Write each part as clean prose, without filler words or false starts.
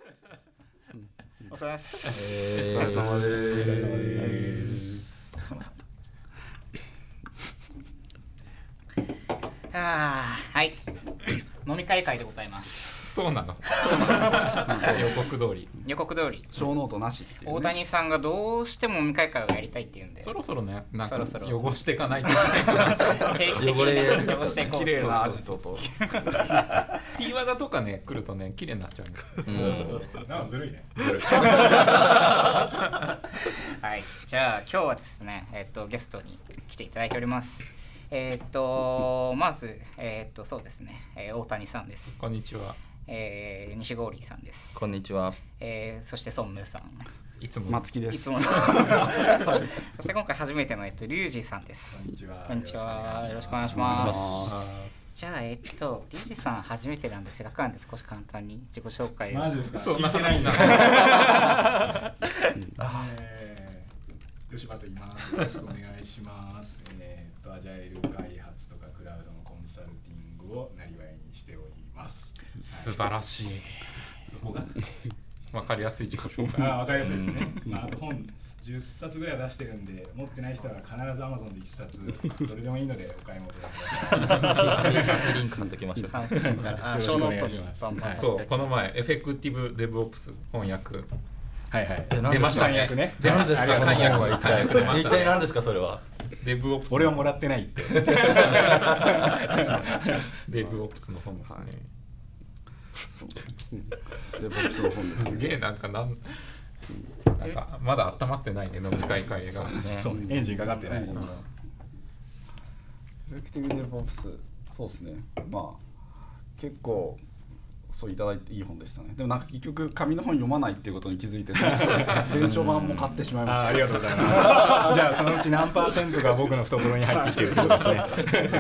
お疲れ様です。 お疲れ様です。 はい。飲み会会でございます。 そうなの。予告通り。 予告通り。 小ノートなしっていう、ね。 大谷さんがどうしても飲み会会をやりたいっていうんで。 そろそろね、なんか汚していかないと。 汚していこう。 綺麗なアジトと。 T ワダとかね来るとね綺麗になっちゃうんです。 なんかずるいね。 ずるい。 はい。じゃあ今日はですね、ゲストに来ていただいております。まずそうですね、大谷さんです。 こんにちは。 西郷さんです。 こんにちは。 そして孫武さん。 いつも松木です。 いつもそして今回初めてのリュウジさんです。 こんにちは。 こんにちは。よろしくお願いします。じゃあリュウジさん初めてなんでせっかくなんで少し簡単に自己紹介を。 マジですか。 そんな聞いてないんだ。吉場と言います。よろしくお願いします。アジャイル開発とかクラウドのコンサルティングをなりわいにしております。 素晴らしい。 どこがわかりやすい自己紹介。 わかりやすいですね。あと本10冊ぐらい出してるんで、持ってない人は必ず Amazon で1冊どれでもいいのでお買い求めください。 リンク貼っときましょう。 よろしくお願いします。 そうこの前エフェクティブデブオプス翻訳。 はいはい。 出ましたね。 出ましたね。 漢訳は一体何ですかそれは。 デブオプス。 俺はもらってないって。 デブオプスの本ですね。 デブオプスの本です。 すげえなんかまだ温まってないね飲み会会が。 そうエンジンかかってない。 エフェクティブデブオプスそうですね。まあ結構そういただいていい本でしたね。でもなんか結局紙の本読まないっていうことに気づいて電子版も買ってしまいました。 ありがとうございます。じゃあそのうち何%が僕の懐に入ってきてるってことですね。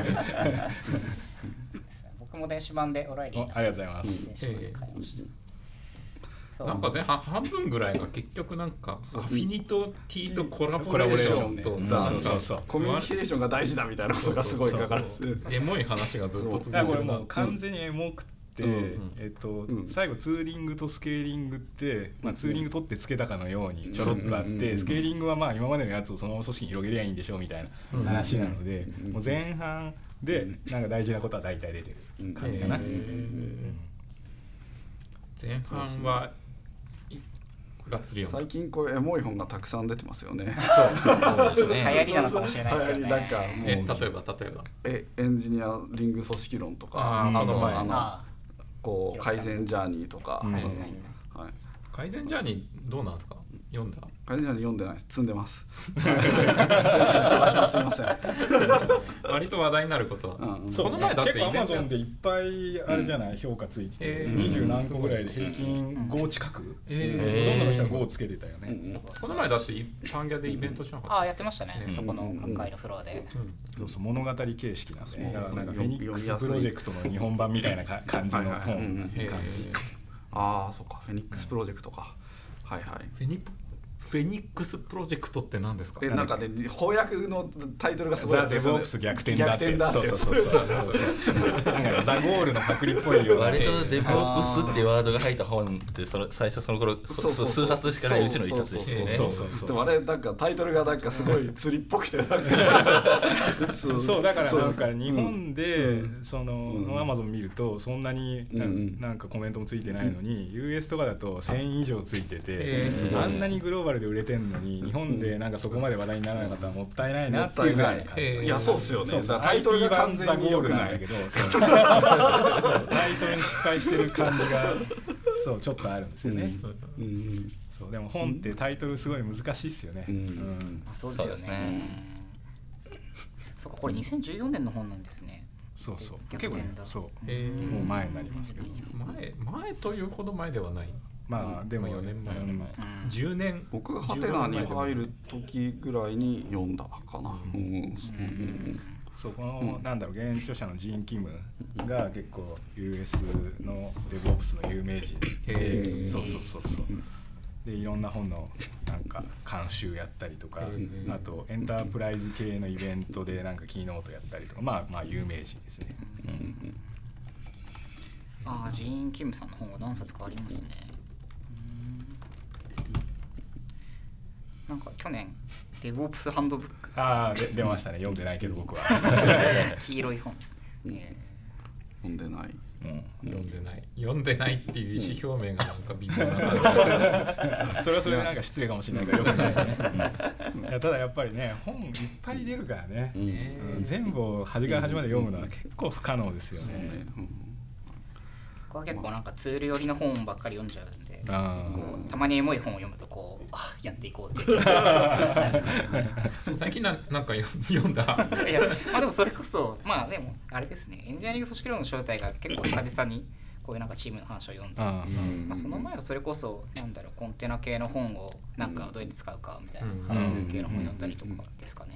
僕も電子版でオライリー。 ありがとうございます。 電子版で買いました。 なんか前半半分ぐらいが結局なんかアフィニト T とコラボレーションとそうコミュニケーションが大事だみたいなことがすごい書かれてエモい話がずっと続いてるな。 これもう完全にエモくて、最後ツーリングとスケーリングって、ツーリング取ってつけたかのようにちょろっとあって、スケーリングはまあ今までのやつをその組織に広げりゃいいんでしょうみたいな話なので、もう前半でなんか大事なことは大体出てる感じかな。 前半はがっつり最近こうエモい本がたくさん出てますよね。 そうですね。流行りなのかもしれないですよね。 なんかもう例えばエンジニアリング組織論とか、 あとこう改善ジャーニーとか、 改善ジャーニーどうなんですか？読んだ？ 改善ジャーニー読んでないです。積んでます。すいません。 割と話題になることは。この前だって結構 Amazon でいっぱいあれじゃない評価ついてて、20何個ぐらいで平均5近く。ほとんどの人は5つけてたよね。 この前だってパンギャでイベントしなかった？ やってましたね。そこの赤いのフロアで。 そうそう物語形式なんで、だからなんかフェニックスプロジェクトの日本版みたいな感じの本感じ。 ああ、そうか。フェニックスプロジェクトか。はいはい。 フェニックスプロジェクトって何ですか？ なんかね翻訳のタイトルがすごい。 ザ・デブオプス逆転だって。そう。なんかザ・ゴールのパクリっぽいような。 割とデブオプスっていうワードが入った本って最初その頃数冊しかないうちの一冊でしたよね。 でもあれなんかタイトルがなんかすごい釣りっぽくてなんかそうだからなんか日本でその Amazon 見るとそんなになんかコメントもついてないのに US とかだと1000以上ついてて、あんなにグローバルで売れてんのに日本でなんかそこまで話題にならなかったらもったいないなっていうぐらい。 いやそうっすよね。タイトルが完全に良くない。 タイトルに失敗してる感じがそうちょっとあるんですよね。そうでも本ってタイトルすごい難しいっすよね。 そうですよね。そうかこれ2014年の本なんですね。 そう結構ねそうもう前になりますけど。 前というほど前ではない。 まあでも 4年前10年僕がハテナに入る時ぐらいに読んだかな。 そうこのなんだろう現著者のジーン・キムが結構 US のデブオプスの有名人で、そうでいろんな本のなんか監修やったりとか、あとエンタープライズ系のイベントでなんかキーノートやったりとか、まあ有名人ですね。 ジーン・キムさんの本が何冊かありますね。 なんか去年デブオプスハンドブック出ましたね。読んでないけど僕は黄色い本ですね。 読んでない。 読んでないっていう意思表明がなんか微妙なそれはそれでなんか失礼かもしれないからよくないね。いやただやっぱりね本いっぱい出るからね、全部を端から端まで読むのは結構不可能ですよね。 僕は結構なんかツール寄りの本ばっかり読んじゃうんで、こうたまにエモい本を読むとこうやっていこうっていうそう最近なんか読んだいやでもそれこそまあでもあれですね、エンジニアリング組織論の正体が結構久々にこういうなんかチームの話を読んで、まあ、その前はそれこそなんだろうコンテナ系の本をなんかどうやって使うかみたいなハンズ系の本読んだりとかですかね。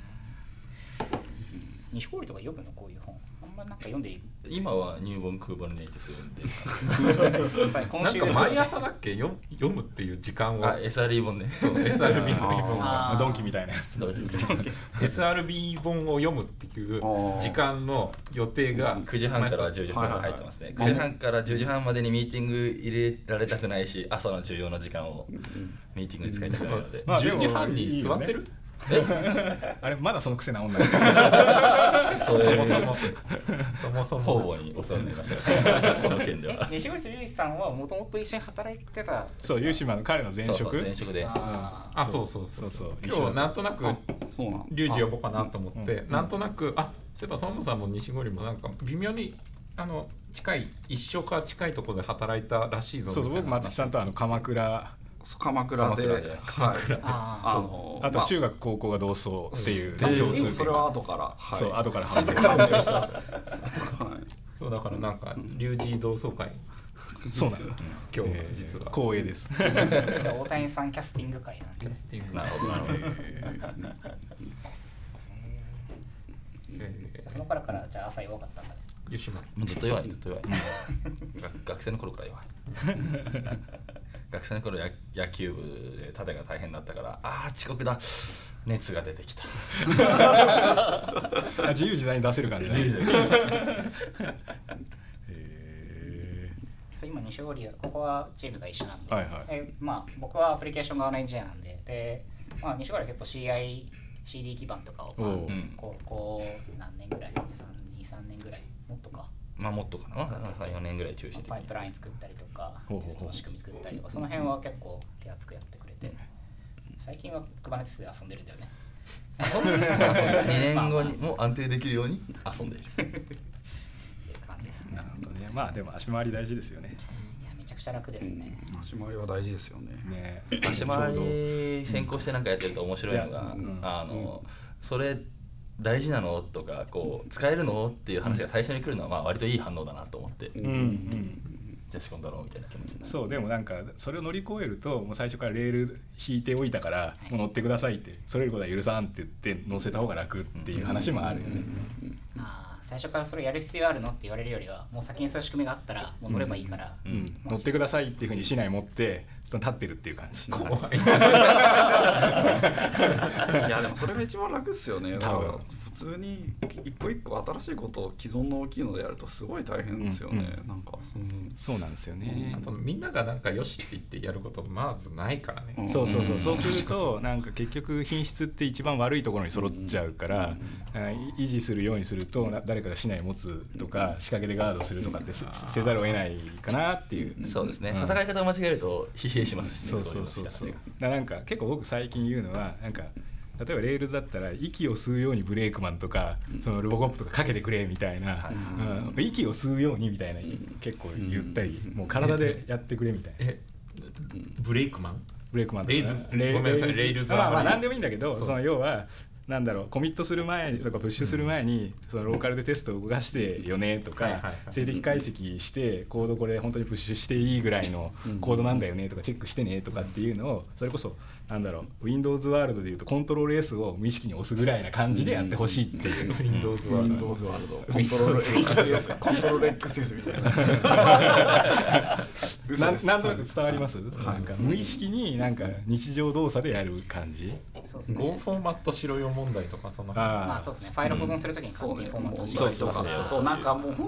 西郡とか読むのこういう本あんまなんか読んでいる。 今は入門クーバネイティス読んでなんか毎朝だっけ読むっていう時間を SRE 本ね。 そう SRB 本ドンキみたいなやつ。 SRB 本を読むっていう時間の予定が 9時半から10時半入ってますね。9時半から10時半までにミーティング入れられたくないし、朝の重要な時間をミーティングに使いたくないので。 10時半に座ってる？ あれまだその癖直んない。 そもそも方々にお世話になりましたその件では。 西口瑠衣さんはもともと一緒に働いてた。 そうユーシマの彼の前職で。 そう今日なんとなくリュウジ呼ぼうかなと思って、なんとなくそういえば孫悟さんも西郡もなんか微妙に近い一緒か近いところで働いたらしいぞみたいな。 そう僕松木さんと鎌倉で、 あと中学高校が同窓っていう共通点。 それは後から、 そう後から後からでした。 そうだからなんか龍神同窓会。 そうなの。 今日実は光栄です。 大谷さんキャスティング会なんで。 なるほど。 そのからじゃあ朝弱かったんだね。 ずっと弱い。学生の頃から弱い。学生の頃野球部で縦が大変だったから遅刻だ熱が出てきた自由自在に出せる感じね。 今西郡はここはチームが一緒なんで、まあ僕はアプリケーション側のエンジニアなんで、まあ西郡は結構 CI/CD 基盤とかをここ何年ぐらい2、3年ぐらいもっとか。 まあもっとかな3、4年ぐらい中心的にパイプライン作ったりとかテストの仕組み作ったりとかその辺は結構手厚くやってくれて、最近は Kubernetes で遊んでるんだよね。 2年後にも安定できるように遊んでいるっていう感じですね。 なるほどね。まあでも足回り大事ですよね。 いやめちゃくちゃ楽ですね。 足回りは大事ですよね。 足回り先行してなんかやってると面白いのがそれ大事なのとか使えるのっていう話が最初に来るのはまあ割といい反応だなと思って、じゃあ仕込んだろうみたいな気持ちになる。 そうでもなんかそれを乗り越えるともう最初からレール引いておいたからもう乗ってくださいってそれることは許さんって言って乗せた方が楽っていう話もあるよね。 最初からそれやる必要あるのって言われるよりはもう先にそういう仕組みがあったらもう乗ればいいから、 乗ってくださいっていうふうに市内持って立ってるっていう感じ。 怖い。 いやでもそれが一番楽ですよね。だから普通に一個一個新しいことを既存の大きいのでやるとすごい大変ですよね。なんかそうなんですよね。 あとみんながなんかよしって言ってやることまずないからね。 そうするとなんか結局品質って一番悪いところに揃っちゃうから維持するようにすると誰かが市内持つとか仕掛けでガードするとかってせざるを得ないかなっていう。 そうですね。戦い方を間違えると疲弊しますしね。 そうなんか結構僕最近言うのはなんか例えばレールズだったら息を吸うようにブレークマンとかそのロボコップとかかけてくれみたいな、息を吸うようにみたいな結構言ったり、もう体でやってくれみたいな。 ブレークマンとかごめんなさいレールズはまあ何でもいいんだけど、その要はなんだろうコミットする前とかプッシュする前にそのローカルでテストを動かしてよねとか静的解析してコードこれ本当にプッシュしていいぐらいのコードなんだよねとかチェックしてねとかっていうのをそれこそなんだろう Windows ワールドでいうとコントロール S を無意識に押すぐらいな感じでやってほしいっていう Windows ワールドコントロール XS コントロール XS みたいななんとなく伝わります？なんか無意識になんか日常動作でやる感じ。 Go フォーマットしろよ問題とかそんな。 まあそうですね。ファイル保存するときに勝手にフォーマットしろとか。 そうなんかもう本当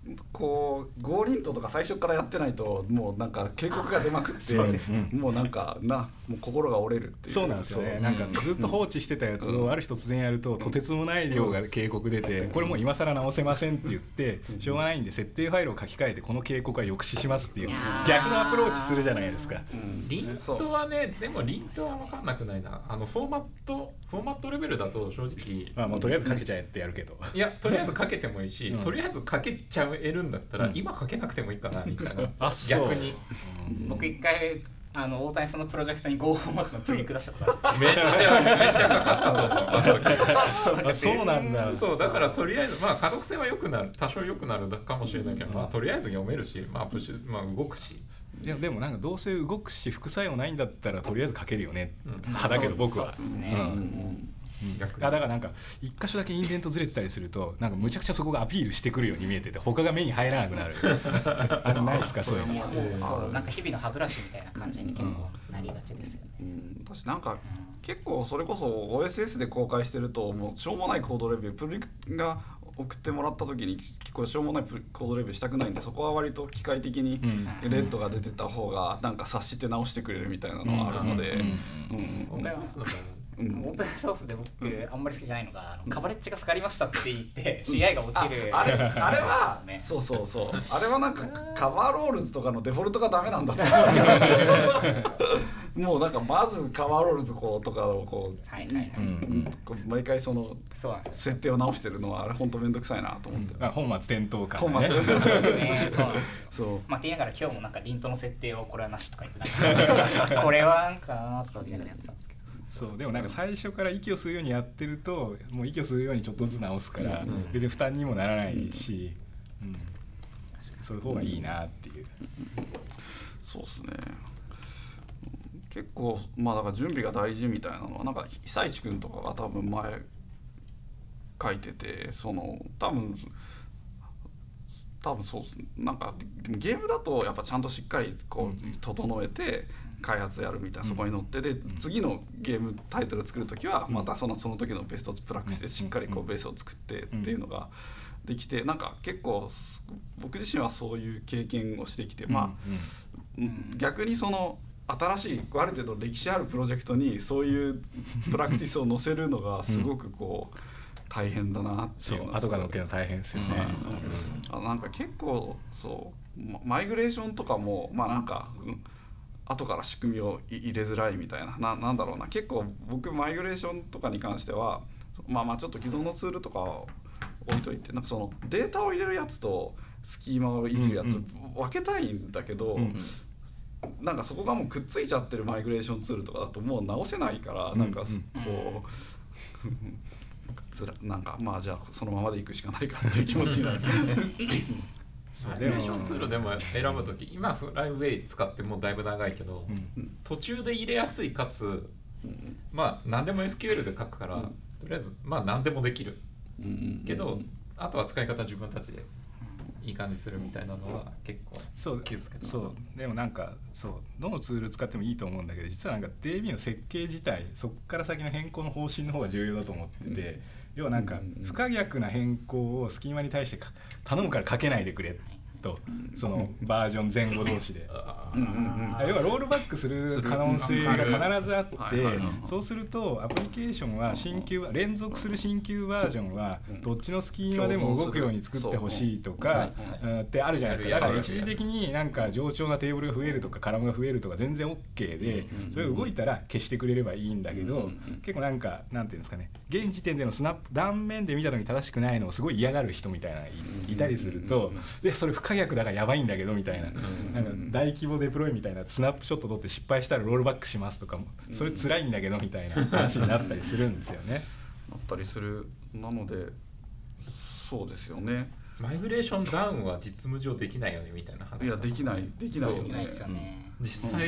こうゴーリントとか最初からやってないともうなんか警告が出まくってもうなんかもう心が折れるっていう。 そうなんですよね。なんかずっと放置してたやつをある日突然やるととてつもない量が警告出て、これもう今更直せませんって言ってしょうがないんで設定ファイルを書き換えてこの警告は抑止しますっていう逆のアプローチするじゃないですか。 リントはね、でもリントは分かんなくないな。フォーマットレベルだと正直もうとりあえずかけちゃえってやるけど、 いやとりあえずかけてもいいし、とりあえずかけちゃえるんだったら、今かけなくてもいいかなみたいな。逆に僕一回大谷さんのプロジェクトに Go フォーマットのプリンク出しちゃった。 めっちゃかかったと思う。 そうなんだ。 そうだからとりあえず可読性は良くなる、多少良くなるかもしれないけど、とりあえず読めるし、プッシュ動くし。 でもなんかどうせ動くし副作用ないんだったらとりあえずかけるよね、派だけど僕は。だからなんか一箇所だけインデントずれてたりするとなんかむちゃくちゃそこがアピールしてくるように見えてて他が目に入らなくなる。あれないですかそういうの。 そうなんか日々の歯ブラシみたいな感じに結構なりがちですよね。 私なんか結構それこそ OSS で公開してるともうしょうもないコードレビュープリが送ってもらった時に結構しょうもないコードレビューしたくないんで、そこは割と機械的にレッドが出てた方がなんか察して直してくれるみたいなのはあるので、 オープンソースの場合オープンソースで僕あんまり好きじゃないのがカバレッジが下がりましたって言って CI が落ちる。 あれはそうあれはなんかカバーロールズとかのデフォルトがダメなんだと思う。もうなんかまずカバーロールズとかを毎回その設定を直してるのはあれ本当めんどくさいなと思って。 本末転倒感。 そうなんですよ。って言いながら今日もなんかリントの設定をこれはなしとか言ってこれはなんかなとか言いながらやってたんですけど。 そうでもなんか最初から息を吸うようにやってるともう息を吸うようにちょっとずつ直すから別に負担にもならないし、そういう方がいいなっていう。 そうですね。結構だから準備が大事みたいなのはなんか久市くんとかが多分前書いてて多分そうですね。なんかゲームだとやっぱちゃんとしっかりこう整えて開発やるみたいな、そこに乗ってで次のゲームタイトル作るときはまたその時のベストプラクティスでしっかりこうベースを作ってっていうのができて、なんか結構僕自身はそういう経験をしてきて、逆に新しいある程度歴史あるプロジェクトにそういうプラクティスを載せるのがすごくこう大変だなっていうのは後からのけの大変ですよね。 なんか結構マイグレーションとかもなんか後から仕組みを入れづらいみたいな、なんだろうな、結構僕マイグレーションとかに関してはちょっと既存のツールとかを置いといてなんかデータを入れるやつとスキーマをいじるやつ分けたいんだけど、なんかそこがもうくっついちゃってるマイグレーションツールとかだともう直せないからなんかこうなんかじゃあそのままでいくしかないかっていう気持ちになる。 マイグレーションツールでも選ぶとき今フライウェイ使ってもうだいぶ長いけど、途中で入れやすいかつ何でも SQL で書くから、とりあえず何でもできるけど、あとは使い方自分たちでいい感じするみたいなのは結構気をつけて。 でもなんかどのツール使ってもいいと思うんだけど、実はなんか DB の設計自体そこから先の変更の方針の方が重要だと思ってて、要はなんか不可逆な変更をスキーマに対して頼むからかけないでくれと、そのバージョン前後同士で要はロールバックする可能性が必ずあって、そうするとアプリケーションは連続する新旧バージョンはどっちのスキーマでも動くように作ってほしいとかってあるじゃないですか。だから一時的になんか冗長なテーブルが増えるとかカラムが増えるとか全然 OK で、それ動いたら消してくれればいいんだけど、結構なんかなんていうんですかね、現時点でのスナップ断面で見た時に正しくないのをすごい嫌がる人みたいないたりすると、でそれ不可逆だからやばいんだけどみたいな、なんか大規模デプロイみたいなスナップショット取って失敗したらロールバックしますとかも、それ辛いんだけどみたいな話になったりするんですよね。 なったりする。なのでそうですよね。 マイグレーションダウンは実務上できないよねみたいな話。 いやできないよね。 実際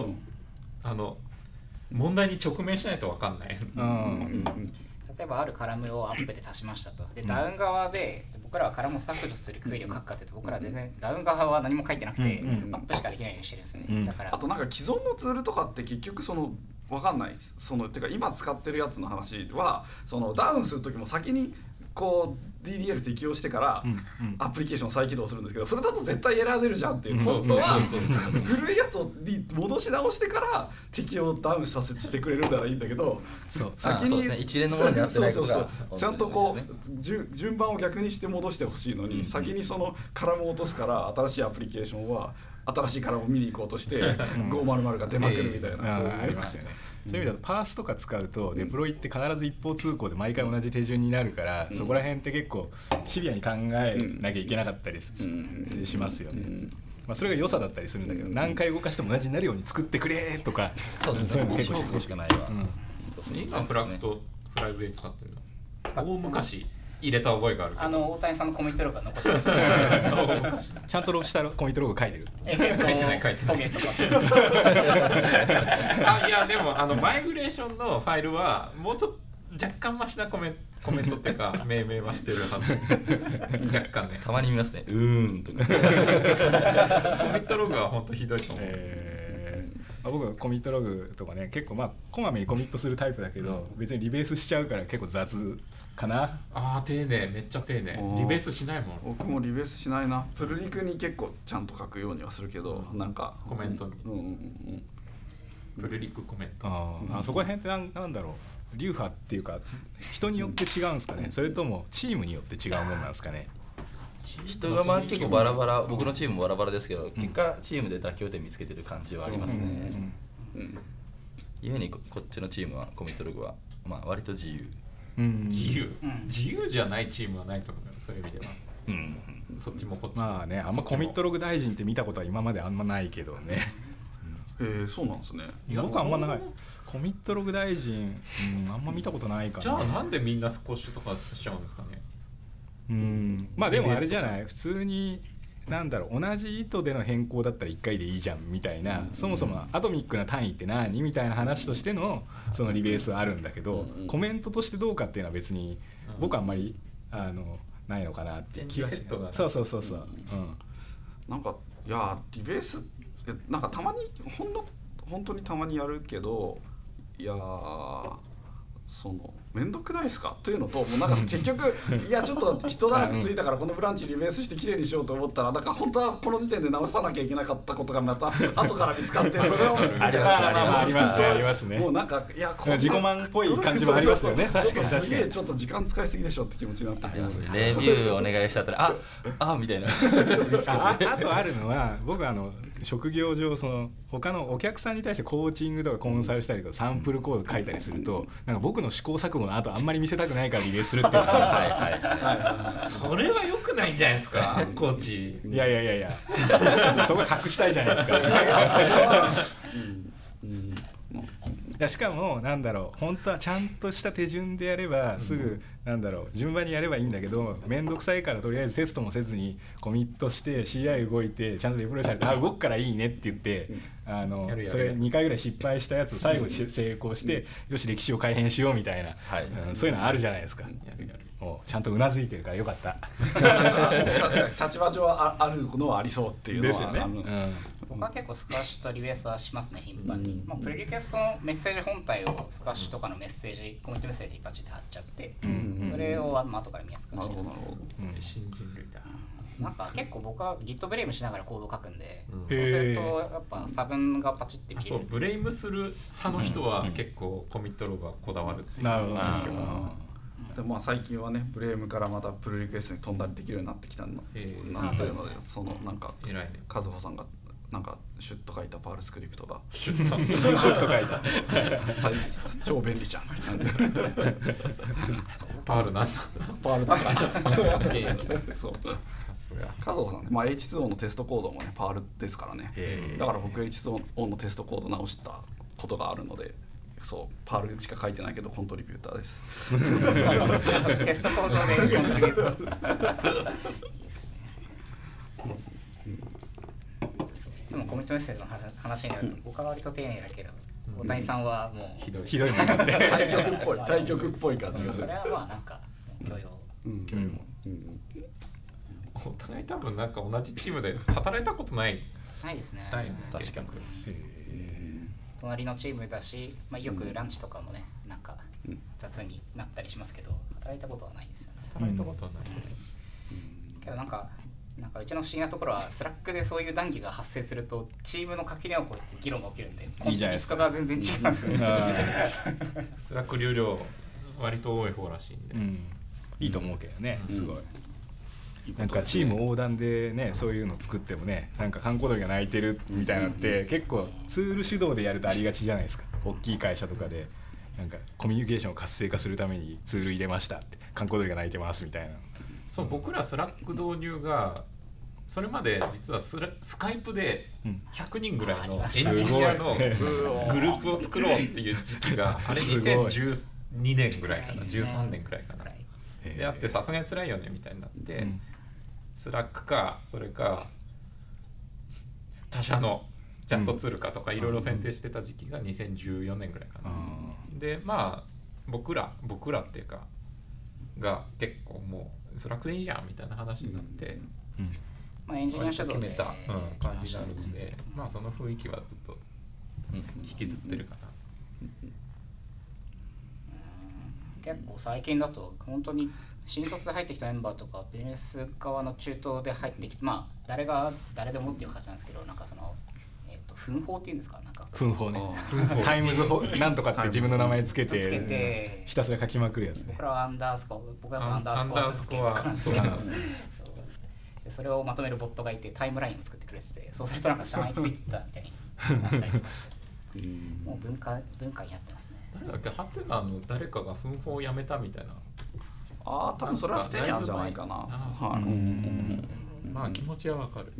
問題に直面しないと分かんない。 例えばあるカラムをアップで足しましたと。でダウン側で僕らはカラムを削除するクエリを書くかっていうと、僕らは全然ダウン側は何も書いてなくてアップしかできないようにしてるんですよね。だからあとなんか既存のツールとかって結局分かんないです。てか今使ってるやつの話はダウンする時も先にこう DDL 適用してからアプリケーションを再起動するんですけど、それだと絶対エラー出るじゃんっていう、本当は古いやつに戻し直してから適用ダウンしてくれるならいいんだけど、先に一連のものになってないことがちゃんとこう順番を逆にして戻してほしいのに、先にそのカラムを落とすから新しいアプリケーションは新しいカラムを見に行こうとして500が出まくるみたいな、そういうありますよね。そういう意味だとパースとか使うとデプロイって必ず一方通行で毎回同じ手順になるから、そこら辺って結構シビアに考えなきゃいけなかったりしますよね。まあそれが良さだったりするんだけど、何回動かしても同じになるように作ってくれとか、 そういうの結構しつこしかないわ。 今フラグとフラグで使ってるの？大昔入れた覚えがあるけど、 大谷さんのコミットログが残ってます。 ちゃんとしたコミットログ書いてる？ 書いてないいやでもマイグレーションのファイルはもうちょっと若干マシなコメントっていうか命名はしてるはず。若干ね。 たまに見ますね。とか。コミットログは本当ひどいと思う。 僕はコミットログとかね、結構こまめにコミットするタイプだけど、別にリベースしちゃうから結構雑かな。 丁寧、めっちゃ丁寧。リベースしないもん。 僕もリベースしないな。プルリクに結構ちゃんと書くようにはするけど、なんかコメントに。プルリクコメント。 そこら辺ってなんだろう、流派っていうか人によって違うんですかね、それともチームによって違うもんなんですかね。 人が結構バラバラ、僕のチームもバラバラですけど、結果チームで妥協点見つけてる感じはありますね。ゆえにこっちのチームはコミットログは割と自由。 自由じゃないチームはないと思うよ、そういう意味では。そっちもこっちも。 まあね、あんまコミットログ大臣って見たことは今まであんまないけどね。 そうなんですね。 僕はあんまない。コミットログ大臣、あんま見たことないかな。 じゃあなんでみんなスコッシュとかしちゃうんですかね。 まあでもあれじゃない、普通に同じ意図での変更だったら1回でいいじゃんみたいな、そもそもアトミックな単位って何みたいな話としてのそのリベースはあるんだけど、コメントとしてどうかっていうのは別に僕はあんまりないのかなって気はして。そう。 なんかいやリベースなんかたまに本当にたまにやるけど、いやめんどくないですかというのと、もうなんか結局いやちょっと一段落ついたからこのブランチリベースしてきれいにしようと思ったら、なんか本当はこの時点で直さなきゃいけなかったことがまた後から見つかって、それをありますね。 もうなんかいや自己満っぽい感じもありますよね。確かにすげえちょっと時間使いすぎでしょって気持ちになってきますね。 レビューお願いしたらみたいな。 あとあるのは、僕職業上他のお客さんに対してコーチングとかコンサルしたりとかサンプルコード書いたりすると、なんか僕の試行錯誤の後あんまり見せたくないからリレーするっていう。 それは良くないんじゃないですか、コーチ。 いやそこは隠したいじゃないですか。しかも本当はちゃんとした手順でやればすぐ順番にやればいいんだけど、めんどくさいからとりあえずテストもせずにコミットして CI 動いてちゃんとデプロイされて動くからいいねって言ってそれ2回ぐらい失敗したやつ最後成功してよし歴史を改変しようみたいな、そういうのあるじゃないですか。ちゃんとうなずいてるからよかった。 立場上あるのはありそうっていうのはですよね。 僕は結構スカッシュとリベースはしますね、頻繁に。プレリクエストのメッセージ本体をスカッシュとかのメッセージ、コミットメッセージにパチって貼っちゃって、それを後から見やすくしてます。 新人類だ。 なんか結構僕は Git ブレイムしながらコード書くんで、そうするとやっぱ差分がパチって見れる。 ブレイムする派の人は結構コミットログはこだわるっていう。 なるほど。 でも最近はねブレームからまたプルリクエストに飛んだりできるようになってきたのなんていうので、なんか和穂さんがなんかシュッと書いたパールスクリプトがシュッと書いた超便利じゃん。 パールなんだ。 パールだから。そう。和穂さんね、H2O のテストコードもねパールですからね。だから僕 H2O のテストコード直したことがあるので。パールしか書いてないけどコントリビューターです。 テストコードでいいですね。いつもコミットメッセージの話になると僕は割と丁寧だけど、大谷さんはもうひどい対局っぽい感じがする。 それはなんか許容。 お互い多分なんか同じチームで働いたことないですね。 確かに。 隣のチームだし、よくランチとかもね、なんか雑になったりしますけど、働いたことはないんですよね。 働いたことはない、 けどなんかうちの不思議なところは、スラックでそういう談義が発生するとチームの垣根を越えて議論が起きるんで、コンテキストが全然違いますよね。 スラック流量割と多い方らしいんで、 いいと思うけどね、すごい。なんかチーム横断でね、そういうの作ってもね、なんか観光鳥が鳴いてるみたいなのって結構ツール主導でやるとありがちじゃないですか。大きい会社とかでなんかコミュニケーションを活性化するためにツール入れましたって、観光鳥が鳴いてますみたいな。 そう、僕らスラック導入がそれまで実はスカイプで100人ぐらいのエンジニアのグループを作ろうっていう時期があれ2012年ぐらいかな、13年ぐらいかなであって、さすがに辛いよねみたいになって、スラックかそれか他社のチャットツールかとかいろいろ選定してた時期が2014年ぐらいかな。でまあ僕らっていうかが結構もうスラックでいいじゃんみたいな話になって、 まあエンジニア主導で決めた感じになるので、まあその雰囲気はずっと引きずってるかな。 結構最近だと本当に新卒で入ってきたメンバーとかビジネス側の中東で入ってきて、まあ誰でもっていう感じなんですけど、なんかその奮法っていうんですか、なんか奮法ね、タイムズなんとかって自分の名前つけてひたすら書きまくるやつね。 僕らはアンダースコア、僕はアンダースコアなんですけど、それをまとめるボットがいてタイムラインを作ってくれてて、そうするとなんか社内ツイッターみたいになったりとかしてもう文化になってますね。 誰だっけ、ハテナの誰かが奮法をやめたみたいな。 多分それはステイヤンじゃないかな。 まあ気持ちはわかる。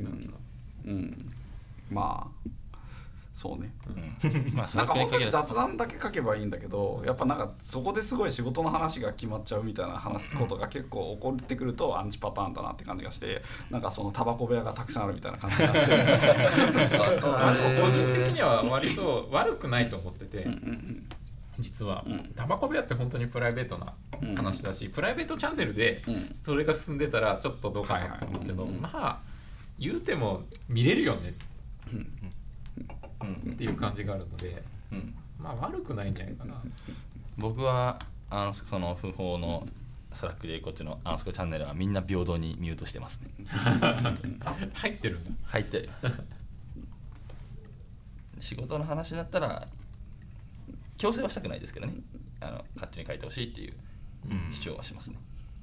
まあそうね、なんか本当に雑談だけ書けばいいんだけど、やっぱなんかそこですごい仕事の話が決まっちゃうみたいな話すことが結構起こってくるとアンチパターンだなって感じがして、なんかそのタバコ部屋がたくさんあるみたいな感じになって個人的には割と悪くないと思ってて、実はタバコ部屋って本当にプライベートな話だし、プライベートチャンネルでそれが進んでたらちょっとどうかなと思うけど、まあ言うても見れるよねっていう感じがあるので、まあ悪くないんじゃないかな。 僕はその不法のスラックでこっちのアンスコチャンネルはみんな平等にミュートしてますね。 入ってるんだ。 入ってる。仕事の話だったら強制はしたくないですけどね、勝手に書いてほしいっていう主張はしますね。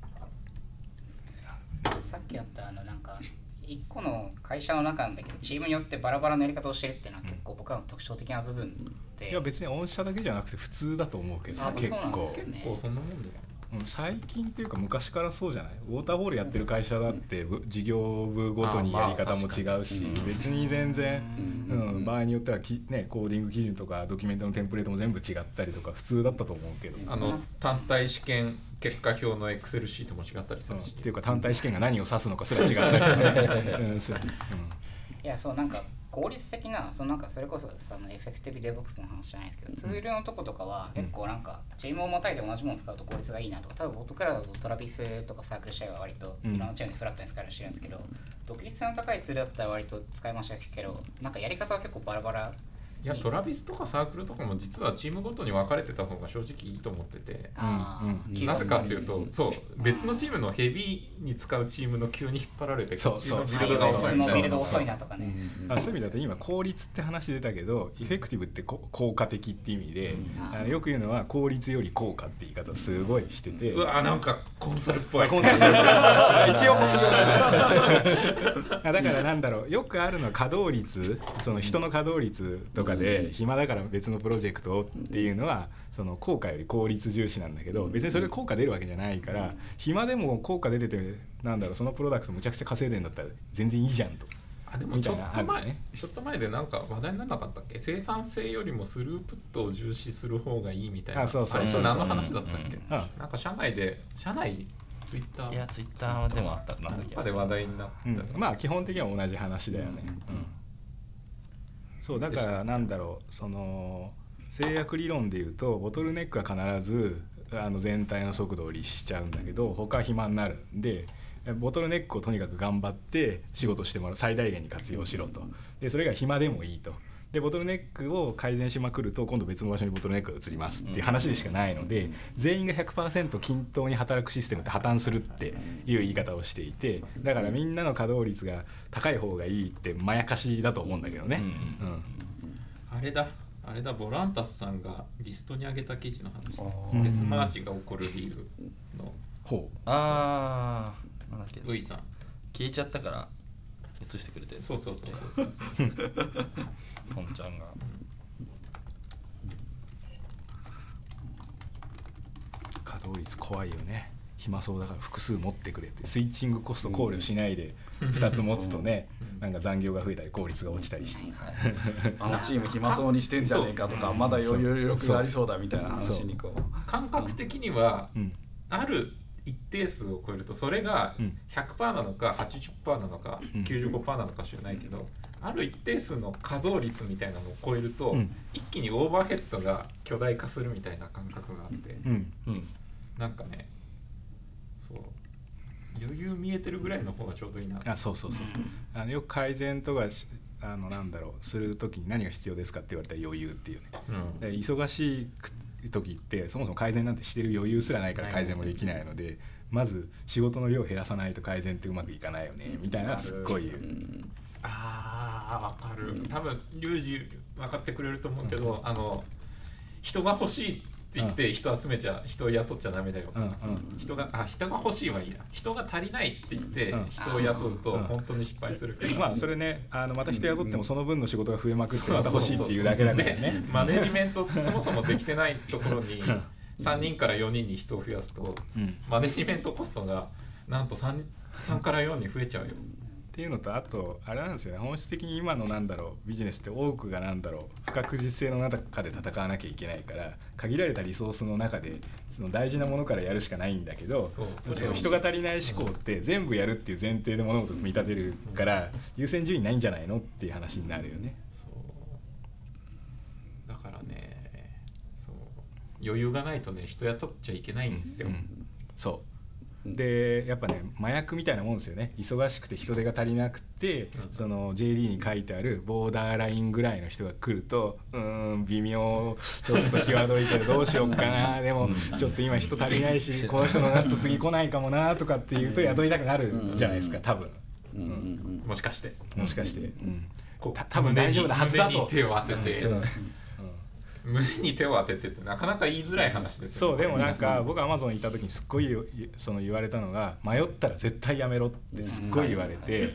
さっきあったなんか一個の会社の中なんだけどチームによってバラバラのやり方をしてるっていうのは結構僕らの特徴的な部分で、 いや別に御社だけじゃなくて普通だと思うけど、結構そんなもんだよ。 最近っていうか昔からそうじゃない。ウォーターホールやってる会社だって事業部ごとにやり方も違うし、別に全然場合によってはね、コーディング基準とかドキュメントのテンプレートも全部違ったりとか普通だったと思うけど、 単体試験結果表のエクセルシートも違ったりするし、 っていうか単体試験が何を指すのかすら違ったりとかね。 いやそうなんか効率的ななんかそれこそそのエフェクティブデボックスの話じゃないですけど、ツールのとことかは結構なんかチームをまたいで同じものを使うと効率がいいなとか、多分ボットクラウドとトラビスとかサークル社は割といろんなチームでフラットに使えるしてるんですけど、独立性の高いツールだったら割と使いましたけど、なんかやり方は結構バラバラ。 いやトラビスとかサークルとかも実はチームごとに分かれてた方が正直いいと思ってて、なぜかっていうと、そう別のチームのヘビーに使うチームの急に引っ張られて、こっちのビルドが遅いなとかね。 そういう意味だと今効率って話出たけど、エフェクティブって効果的って意味で、よく言うのは効率より効果って言い方すごいしてて、 うわなんかコンサルっぽい。 一応だからなんだろう、よくあるのは稼働率、その人の稼働率とかで暇だから別のプロジェクトっていうのはその効果より効率重視なんだけど、別にそれで効果出るわけじゃないから、暇でも効果出ててなんだろう、そのプロダクトむちゃくちゃ稼いでんだったら全然いいじゃんと。 でもちょっと前でなんか話題にならなかったっけ、生産性よりもスループットを重視する方がいいみたいな。それ何の話だったっけ。なんか社内ツイッター、 いやツイッターでもあったなんかで話題になった、 まあ基本的には同じ話だよね。そうだからなんだろう、その制約理論でいうとボトルネックは必ず全体の速度を律しちゃうんだけど、他は暇になるんで、ボトルネックをとにかく頑張って仕事してもらう、最大限に活用しろと。でそれが暇でもいいと。 でボトルネックを改善しまくると今度別の場所にボトルネックが移りますっていう話でしかないので、全員が 100% 均等に働くシステムって破綻するっていう言い方をしていて、だからみんなの稼働率が高い方がいいってまやかしだと思うんだけどね。 あれだボランタスさんがリストに上げた記事の話、デスマーチが起こる理由のなんだっけ V さん消えちゃったから移してくれて、 そうポンちゃんが、 稼働率怖いよね。暇そうだから複数持ってくれってスイッチングコスト考慮しないで2つ持つとね、なんか残業が増えたり効率が落ちたりして、 あのチーム暇そうにしてんじゃねえかとか、まだ余力がありそうだみたいな話にこう感覚的には、ある一定数を超えるとそれが 100% なのか 80% なのか 95% なのか知らないけど、ある一定数の稼働率みたいなのを超えると、一気にオーバーヘッドが巨大化するみたいな感覚があって、なんかね、そう余裕見えてるぐらいの方がちょうどいいな。 そうよく改善とかなんだろうするときに何が必要ですかって言われたら余裕っていうね、忙しい時ってそもそも改善なんてしてる余裕すらないから改善もできないので、まず仕事の量を減らさないと改善ってうまくいかないよねみたいなすっごい言う。 わかる。多分リュウジ分かってくれると思うけど、人が欲しいって言って人集めちゃ人を雇っちゃダメだよ、人が欲しいはいいや、人が足りないって言って人を雇うと本当に失敗するから、 まあそれね、また人雇ってもその分の仕事が増えまくってまた欲しいっていうだけだからね。 マネジメントそもそもできてないところに3人から4人に人を増やすと、マネジメントコストがなんと 3から4に増えちゃうよっていうのと、あとあれなんですよね、本質的に今のビジネスって多くが不確実性の中で戦わなきゃいけないから、限られたリソースの中でその大事なものからやるしかないんだけど、人が足りない思考って全部やるっていう前提で物事を組み立てるから優先順位ないんじゃないのっていう話になるよね。 そうだからね、余裕がないとね人雇っちゃいけないんですよ。 そうでやっぱね麻薬みたいなもんですよね。忙しくて人手が足りなくて、その JD に書いてあるボーダーラインぐらいの人が来ると微妙、ちょっと際どいけどどうしようかなでもちょっと今人足りないしこの人逃すと次来ないかもなとかっていうと雇いたくなるじゃないですか多分、 もしかして、 多分大丈夫なはずだと胸に手を当てて、胸に手を当ててってなかなか言いづらい話ですよね。 そうでもなんか僕アマゾンにいた時にすっごい言われたのが、迷ったら絶対やめろってすっごい言われて、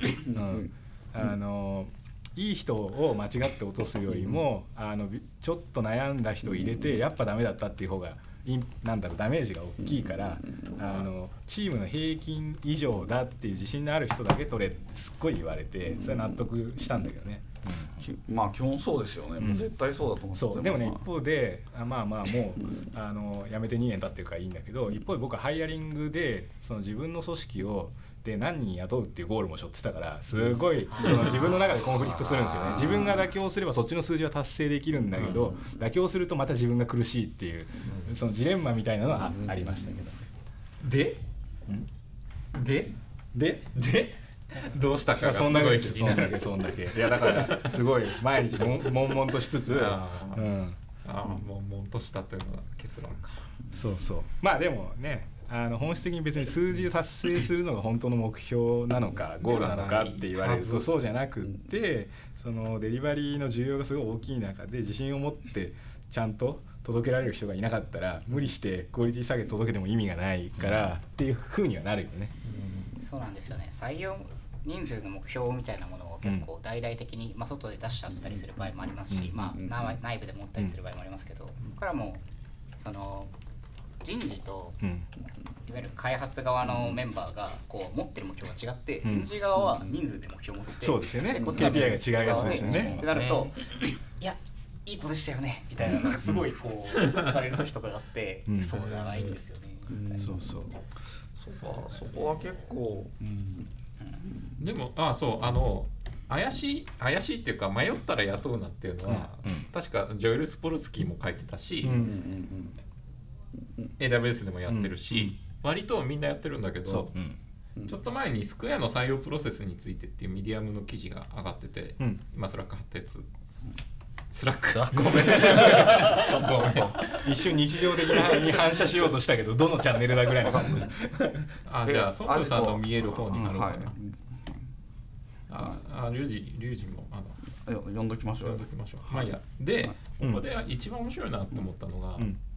いい人を間違って落とすよりもちょっと悩んだ人を入れてやっぱダメだったっていう方がダメージが大きいから、チームの平均以上だっていう自信のある人だけ取れってすっごい言われて、それは納得したんだけどね。 まあ基本そうですよね、もう絶対そうだと思う。 そうでもね一方でもう辞めて2年経ってるからいいんだけど、一方で僕はハイアリングでその自分の組織を何人雇うっていうゴールも背負ってたから、すごいその自分の中でコンフリクトするんですよね。自分が妥協すればそっちの数字は達成できるんだけど、妥協するとまた自分が苦しいっていうそのジレンマみたいなのはありましたけど。でどうしたかがすごい気になる。 そんだけいやだからすごい毎日悶々としつつ悶々としたというのが結論か。 そうまあでもね、本質的に別に数字を達成するのが本当の目標なのかゴールなのかって言われるとそうじゃなくって、そのデリバリーの需要がすごい大きい中で自信を持ってちゃんと届けられる人がいなかったら無理してクオリティ下げて届けても意味がないからっていう風にはなるよね。 そうなんですよね。採用人数の目標みたいなものを結構大々的に、外で出しちゃったりする場合もありますし、内部で持ったりする場合もありますけど、ここからもその人事といわゆる開発側のメンバーが持ってる目標が違って、人事側は人数で目標を持ってて、 そうですよね、KPI が違うやつですよね。 ってなると、いやいい子でしたよねみたいなのがすごいされる時とかがあって、そうじゃないんですよね。 そこは結構、 でも怪しいっていうか迷ったら雇うなっていうのは、確かジョエル・スポルスキーも書いてたし、AWS でもやってるし、割とみんなやってるんだけど、ちょっと前にスクエアの採用プロセスについてっていうミディアムの記事が上がってて、今スラック貼ったやつスラックごめんちょっと一瞬日常的に反射しようとしたけどどのチャンネルだぐらいの感じ。 じゃあソンプさんの見える方になろうかはいな。リュウジも読んどきましょう。 読んどきましょう。まあいいや。で、ここで一番面白いなって思ったのが、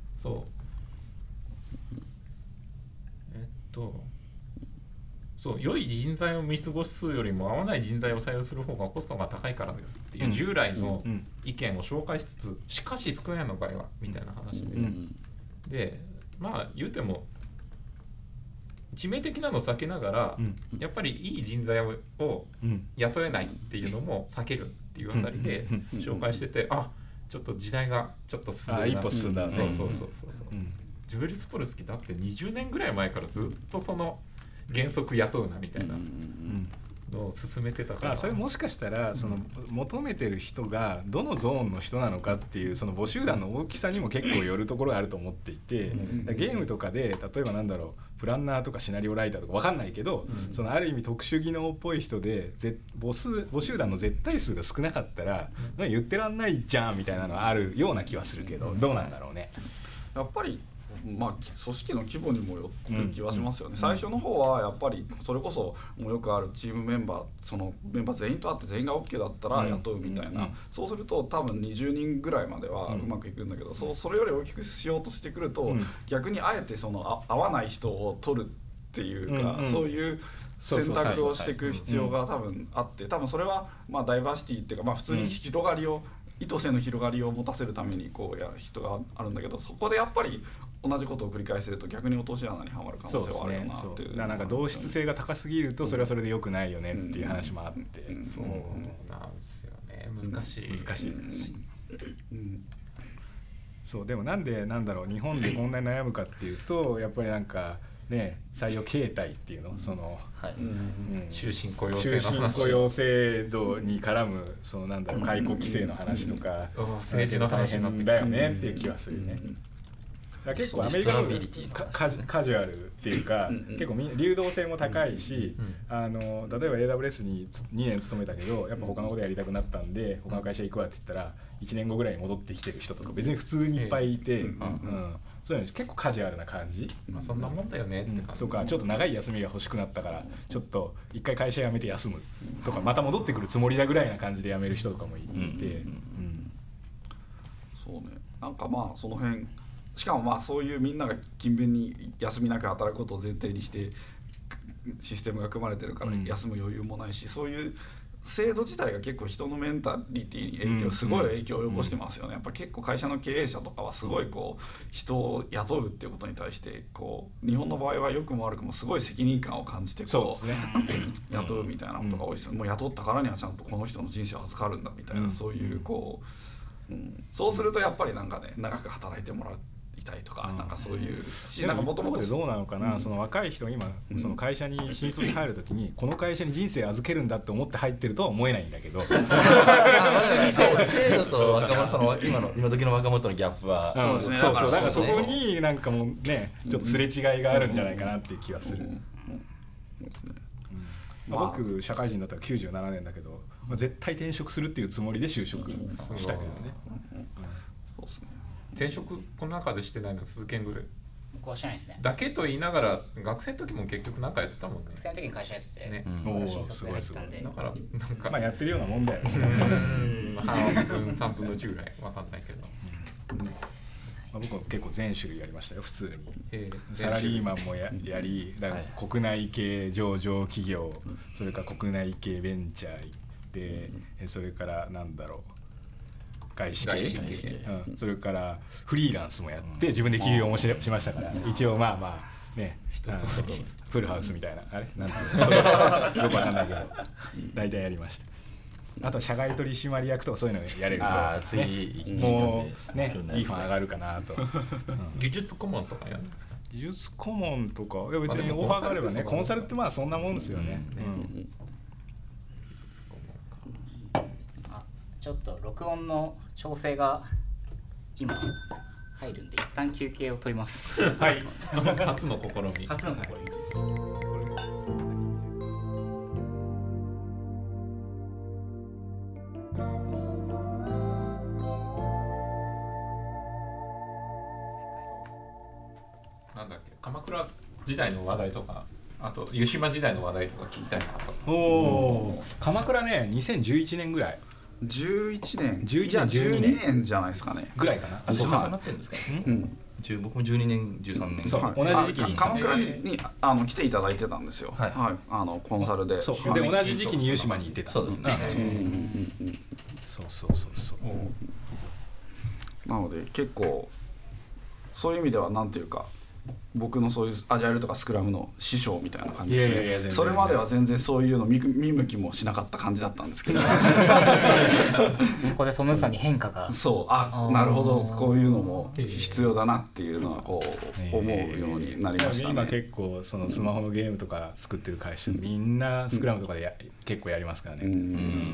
そう良い人材を見過ごすよりも合わない人材を採用する方がコストが高いからですっていう従来の意見を紹介しつつ、しかしスクエアの場合はみたいな話で、まあ言うても致命的なのを避けながら、やっぱりいい人材を雇えないっていうのも避けるっていうあたりで紹介してて、ちょっと時代がちょっと進んでるな。 一歩進んだね。 そうジュエルスポルスキーだって20年ぐらい前からずっとその原則雇うなみたいなのを進めてたから、 それもしかしたらその求めてる人がどのゾーンの人なのかっていうその募集団の大きさにも結構よるところがあると思っていて、ゲームとかで例えばプランナーとかシナリオライターとか分かんないけど、そのある意味特殊技能っぽい人で募集団の絶対数が少なかったら、言ってらんないじゃんみたいなのはあるような気はするけど、どうなんだろうね。 やっぱり組織の規模にもよってくる気はしますよね。最初の方はやっぱりそれこそもうよくあるチームメンバー、そのメンバー全員と会って全員が OK だったら雇うみたいな、そうすると多分20人ぐらいまではうまくいくんだけど、それより大きくしようとしてくると、逆にあえてその合わない人を取るっていうか、そういう選択をしていく必要が多分あって、多分それはダイバーシティっていうか、普通に広がりを意図せぬ広がりを持たせるためにこうやる人があるんだけど、そこでやっぱり同じことを繰り返してると逆に落とし穴にはまる可能性はあるよなっていう。 なんか同質性が高すぎるとそれはそれで良くないよねっていう話もあって、 そうなんですよね。難しい。 そうでもなんで日本でこんなに悩むかっていうと、やっぱり採用形態っていうの、その終身雇用制度に絡むその解雇規制の話とか、 政治の話になってきた大変だよねっていう気はするね。結構アメリカのカジュアルっていうか、結構流動性も高いし、例えば AWS に2年勤めたけどやっぱ他のことやりたくなったんで他の会社行くわって言ったら1年後ぐらいに戻ってきてる人とか別に普通にいっぱいいて、そういうの結構カジュアルな感じ、 そんなもんだよねって感じとか、ちょっと長い休みが欲しくなったからちょっと一回会社辞めて休むとか、また戻ってくるつもりだぐらいな感じで辞める人とかもいて、 そうね、その辺しかもそういうみんなが勤勉に休みなく働くことを前提にしてシステムが組まれてるから休む余裕もないし、そういう制度自体が結構人のメンタリティにすごい影響を及ぼしてますよね。やっぱ結構会社の経営者とかはすごい人を雇うっていうことに対して日本の場合は良くも悪くもすごい責任感を感じて雇うみたいなことが多いですよね。もう雇ったからにはちゃんとこの人の人生を預かるんだみたいな、そういうそうするとやっぱり長く働いてもらうたいとか、そういうもともとどうなのかな、その若い人が今その会社に新卒で入るときにこの会社に人生預けるんだって思って入ってるとは思えないんだけど、 制度と若者、その今時の若者とのギャップはそうだからそこにもうねちょっとすれ違いがあるんじゃないかなっていう気はする。僕社会人だったら97年だけど、絶対転職するっていうつもりで就職したけどね。 転職この中でしてないの続けんぐらい僕はしないですね。 だけと言いながら学生の時も結局何かやってたもんね。 学生の時に会社やってて、新卒で入ってたんで、 だからやってるようなもんだよね。 半分3分の1ぐらい分かんないけど、 僕は結構全種類やりましたよ普通に。サラリーマンもやり、国内系上場企業、それから国内系ベンチャーで、それから外資系、それからフリーランスもやって自分で起業もしましたから、一応ね、フルハウスみたいななんていうのよくわかんないけど大体やりました。あと社外取締役とかそういうのやれると、もうねいいファン上がるかなと。 技術顧問とかやるんですか？ 技術顧問とか別にオファーがあればね、コンサルってそんなもんですよね。 ちょっと録音の調整が今入るんで一旦休憩を取ります。 はい。初の試みです。 鎌倉時代の話題とか、あと湯島時代の話題とか聞きたいなと。 鎌倉ね、2011年ぐらい。 11年 11年 12年じゃないですかねぐらいかな。 そうなってるんですか。僕も12年13年。 そう同じ時期に鎌倉に来ていただいてたんですよ。はい。コンサルで。 そうで同じ時期に湯島に行ってた。 そうですね。 そう。 なので結構そういう意味ではなんていうか。僕のそういうアジャイルとかスクラムの師匠みたいな感じですね。それまでは全然そういうの見向きもしなかった感じだったんですけどそこでソムさんに変化がそうなるほどこういうのも必要だなっていうのはこう思うようになりましたね。 今結構そのスマホのゲームとか作ってる会社みんなスクラムとかで結構やりますからね。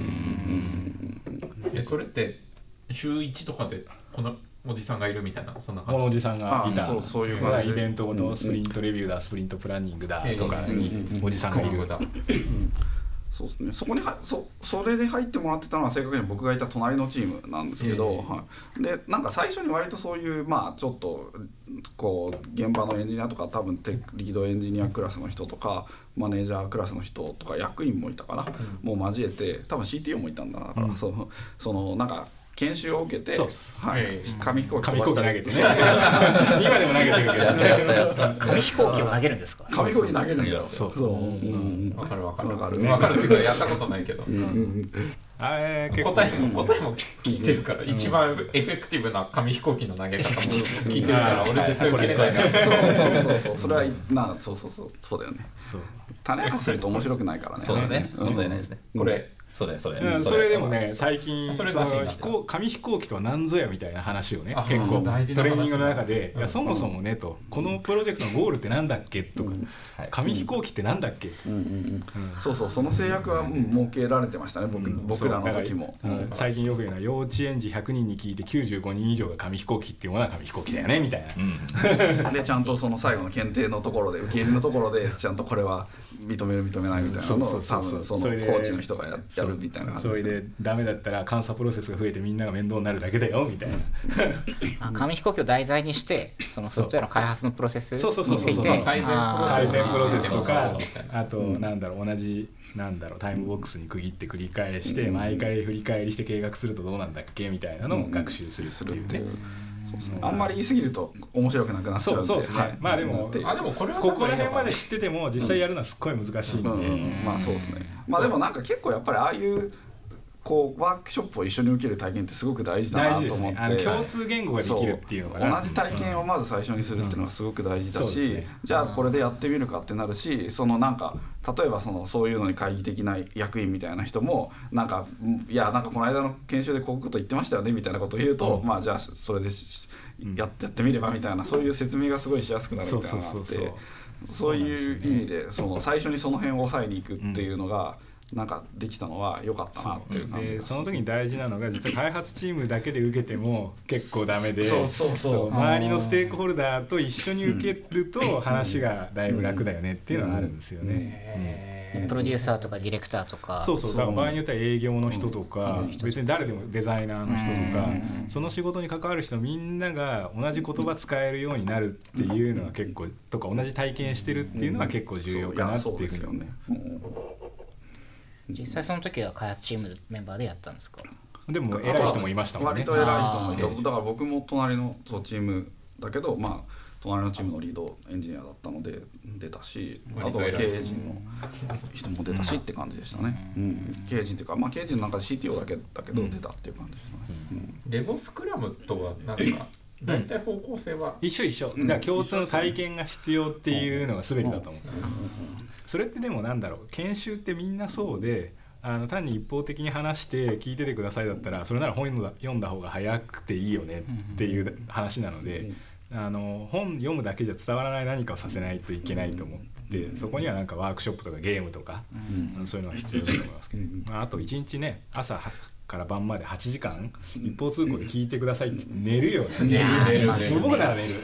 それって週1とかでこのおじさんがいるみたいな、そんな感じ。 このおじさんがいた。 そういう感じ。 イベントごとスプリントレビューだ、スプリントプランニングだとかにおじさんがいる。 そうですね。そこにそれで入ってもらってたのは正確に僕がいた隣のチームなんですけど、でなんか最初に割とそういうちょっとこう現場のエンジニアとか多分リードエンジニアクラスの人とかマネージャークラスの人とか役員もいたかな、もう交えて多分 CTO もいたんだな、だからそのなんか。研修を受けて、紙飛行機投げてね。今でも投げてるけど、 紙飛行機を投げるんですか。 紙飛行機投げるんだよ。 そう。わかるっていうかやったことないけど。 あれ結構答えも聞いてるから一番エフェクティブな紙飛行機の投げ方も聞いてるから俺絶対受けれないな。 そうそれはそうだよね。種明かしすると面白くないからね。 そうですね。問題ないですね。これ。それでもね最近紙飛行機とは何ぞやみたいな話をね結構トレーニングの中でいやそもそもねとこのプロジェクトのゴールってなんだっけとか紙飛行機ってなんだっけそうその制約は設けられてましたね僕らの時も。 最近よく言うのは幼稚園児100人に聞いて95人以上が紙飛行機っていうものは紙飛行機だよねみたいな。 でちゃんとその最後の検定のところで受け入れのところでちゃんとこれは認める認めないみたいなのを多分そのコーチの人がやるみたいな感じ。 それでダメだったら監査プロセスが増えてみんなが面倒になるだけだよみたいな。 紙飛行機を題材にしてそのソフトウェアの開発のプロセスについて改善プロセスとかあと同じタイムボックスに区切って繰り返して毎回振り返りして計画するとどうなんだっけみたいなのを学習するっていうね。 あんまり言い過ぎると面白くなくなっちゃうんで。 そうですね。でもここら辺まで知ってても実際やるのはすっごい難しいんで。 そうですね。でもなんか結構やっぱりああいうこうワークショップを一緒に受ける体験ってすごく大事だなと思って、 共通言語ができるっていうのかな。 同じ体験をまず最初にするっていうのがすごく大事だし、じゃあこれでやってみるかってなるし、そのなんか例えばそういうのに懐疑的な役員みたいな人もなんかこの間の研修でこういうこと言ってましたよねみたいなことを言うと、じゃあそれでやってみればみたいな、そういう説明がすごいしやすくなるみたいなのがあって、そういう意味で最初にその辺を抑えにいくっていうのがなんかできたのは良かったなっていう感じです。 その時に大事なのが実は開発チームだけで受けても結構ダメで、 周りのステークホルダーと一緒に受けると話がだいぶ楽だよねっていうのがあるんですよね。 プロデューサーとかディレクターとかだから場合によっては営業の人とか別に誰でもデザイナーの人とかその仕事に関わる人みんなが同じ言葉使えるようになるっていうのは結構とか同じ体験してるっていうのは結構重要かなっていうふうに思うね。 実際その時は開発チームメンバーでやったんですか。 でも偉い人もいましたもんね。 割と偉い人もいた。だから僕も隣のチームだけど隣のチームのリードエンジニアだったので出たし、あとは経営陣の人も出たしって感じでしたね。経営陣っていうか経営陣の中で CTO だけだけど出たっていう感じでしたね。 レゴスクラムとは何か大体方向性は一緒。だから共通の体験が必要っていうのが全てだと思う。それってでも研修ってみんなそうで単に一方的に話して聞いててくださいだったらそれなら本読んだ方が早くていいよねっていう話なので、本読むだけじゃ伝わらない何かをさせないといけないと思って、そこにはワークショップとかゲームとか、そういうのが必要だと思いますけど、あと1日ね朝から晩まで8時間一方通行で聞いてくださいって寝るよね。僕なら寝る。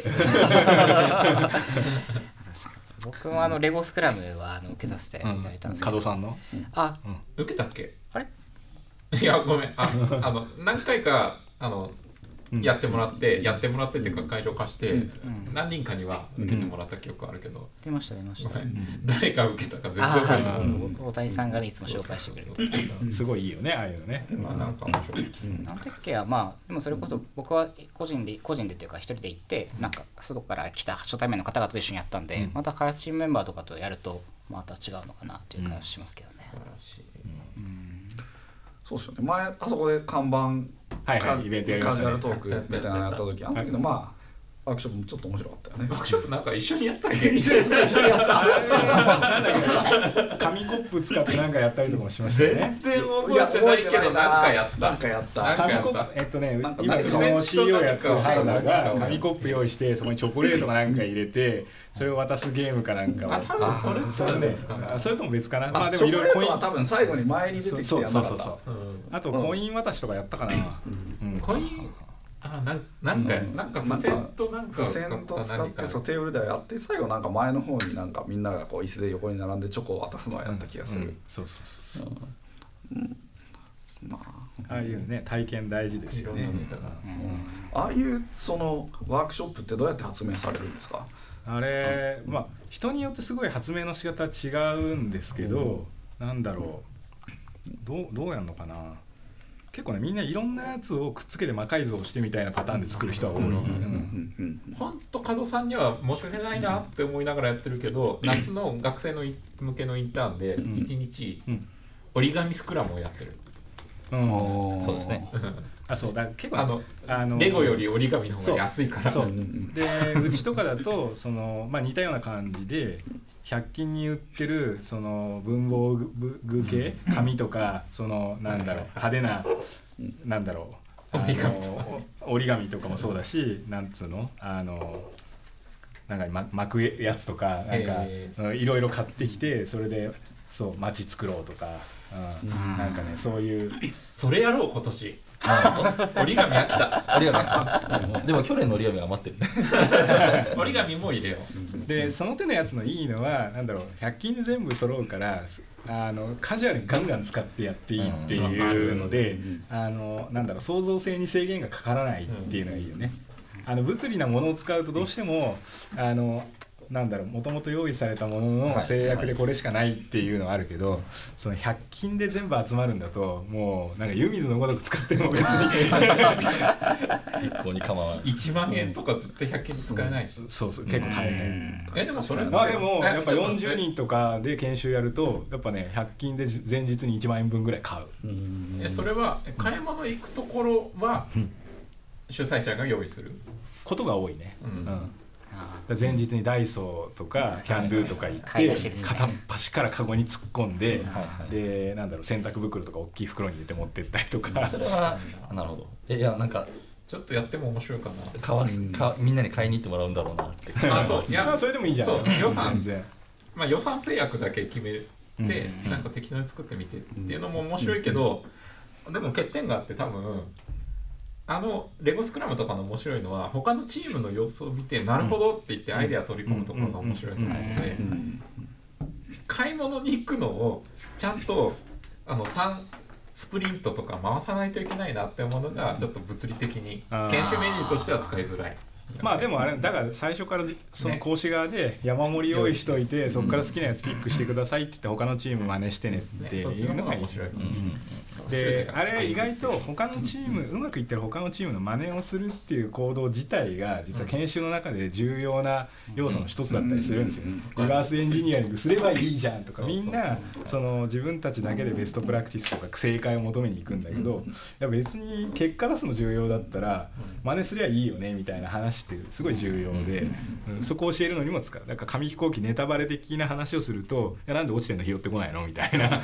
僕もレゴスクラムは受けさせていただいたんですけど、 加藤さんの受けたっけ。 あれいやごめん何回かやってもらってっていうか会場貸して、何人かには受けてもらった記憶あるけど、 出ました誰が受けたか全然覚えてない。 大谷さんがねいつも紹介してくれる。 すごいいいよねああいうのね。 なんか面白い。 あの時はまあでもそれこそ僕は個人でっていうか一人で行ってなんか外から来た初対面の方々と一緒にやったんで、また開発チームメンバーとかとやるとまた違うのかなっていう感じしますけどね。 そうですよね。前あそこで看板イベントやりましたね。 カジュアルトークみたいなのやった時、あの時のまあワークショップもちょっと面白かったよね。 ワークショップなんか一緒にやったっけ？ 一緒にやった。 紙コップ使ってなんかやったりとかもしましたよね。 全然覚えてないけどなんかやった。 紙コップ今その CEO やってる原田が紙コップ用意してそこにチョコレートかなんか入れてそれを渡すゲームかなんかを。 多分それね。 それとも別かな。 まあでもいろいろコインは多分最後に前に出てきてやんなかった。 あとコイン渡しとかやったかな。 コインなんか付箋となんかを使ってそうテーブルでやって最後なんか前の方になんかみんながこう椅子で横に並んでチョコを渡すのをやった気がする。 そうまあああいうね体験大事ですよね。 ああいうそのワークショップってどうやって発明されるんですか？ あれまあ人によってすごい発明の仕方違うんですけど、なんだろうどうやるのかな。結構ねみんないろんなやつをくっつけて魔改造してみたいなパターンで作る人は多い。 ほんと門さんには申し訳ないなって思いながらやってるけど、夏の学生の向けのインターンで1日折り紙スクラムをやってる。 そうですね。 そうだ結構レゴより折り紙の方が安いから。 でうちとかだとそのまあ似たような感じで。100均に売ってるその文房具系紙とかそのなんだろう派手ななんだろう折り紙とかもそうだしなんつうのなんか巻くやつとかなんかいろいろ買ってきてそれでそう街作ろうとかなんかねそういうそれやろう今年。折り紙飽きた。 折り紙でも去年の折り紙余ってる。 折り紙も入れよう。でその手のやつのいいのはなんだろう100均で全部揃うからカジュアルにガンガン使ってやっていいっていうのでなんだろう創造性に制限がかからないっていうのがいいよね。物理なものを使うとどうしてもなんだろうもともと用意されたものの制約でこれしかないっていうのはあるけど、その100均で全部集まるんだともうなんか湯水のごとく使っても別に一向に構わない。 1万円とか絶対100均で使えないし。 そう結構大変。 でもそれまあでもやっぱ40人とかで研修やるとやっぱね100均で前日に1万円分ぐらい買う。 それは買い物行くところは主催者が用意することが多いね。前日にダイソーとかキャンドゥとか行って片っ端からカゴに突っ込んででなんだろう洗濯袋とか大きい袋に入れて持ってったりとか。 それはなるほど。いやなんかちょっとやっても面白いかな。みんなに買いに行ってもらうんだろうなって。 そういやそれでもいいじゃん。 予算制約だけ決めてなんか適当に作ってみてっていうのも面白いけど、でも欠点があって多分。レゴスクラムとかの面白いのは他のチームの様子を見てなるほどって言ってアイデア取り込むところが面白いと思うので、買い物に行くのをちゃんと3スプリントとか回さないといけないなって思うのがちょっと物理的に研修メニューとしては使いづらい。 まあでもあれだから最初からその講師側で山盛り用意しといてそこから好きなやつピックしてくださいって言って他のチーム真似してねっていうのが面白い。であれ意外と他のチームうまくいってる他のチームの真似をするっていう行動自体が実は研修の中で重要な要素の一つだったりするんですよ。リバースエンジニアリングすればいいじゃんとかみんなその自分たちだけでベストプラクティスとか正解を求めに行くんだけどいや別に結果出すの重要だったら真似すりゃいいよねみたいな話ってすごい重要で、そこを教えるのにも使う。だから紙飛行機ネタバレ的な話をするといやなんで落ちてんの拾ってこないのみたいな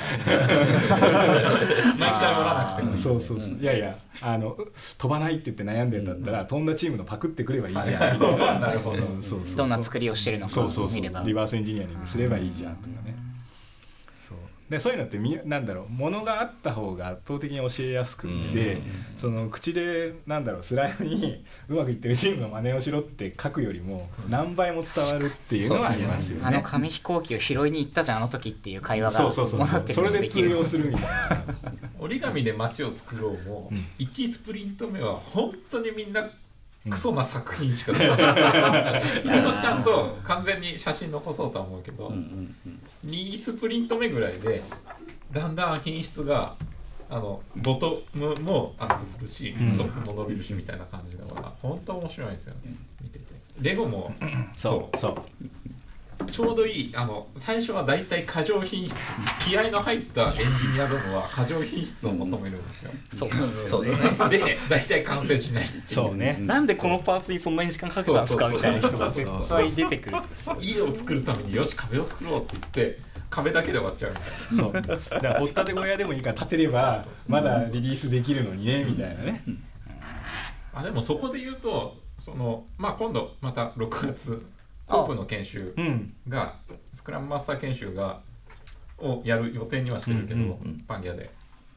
毎回折らなくてもそういやいや飛ばないって言って悩んでんだったら飛んだチームのパクってくればいいじゃんみたいな。 なるほど。 どんな作りをしてるのか見ればリバースエンジニアリングすればいいじゃんとかね。そういうのってなんだろうものがあった方が圧倒的に教えやすくってその口でなんだろうスライドにうまくいってるチームの真似をしろって書くよりも何倍も伝わるっていうのはありますよね。 紙飛行機を拾いに行ったじゃんあの時っていう会話がそうそれで通用するみたいな。 折り紙で街を作ろうも、1スプリント目は本当にみんなクソな作品しか出ない今年ちゃんと完全に写真残そうとは思うけど、2スプリント目ぐらいでだんだん品質がボトムもアップするし、トップも伸びるしみたいな感じだから本当面白いですよね、見てて。レゴもそうちょうどいい。最初はだいたい過剰品質、気合の入ったエンジニアどもは過剰品質を求めるんですよ。 そうですね。 でだいたい完成しない。 そうね。 なんでこのパーツにそんなに時間かけたんですかみたいな人がいっぱい出てくる。 家を作るためによし壁を作ろうって言って壁だけで終わっちゃうみたいな。 そうだから掘ったて小屋でもいいから建てればまだリリースできるのにねみたいなね。 でもそこで言うと今度また6月コープの研修が、スクラムマスター研修をやる予定にはしてるけど、パンギャで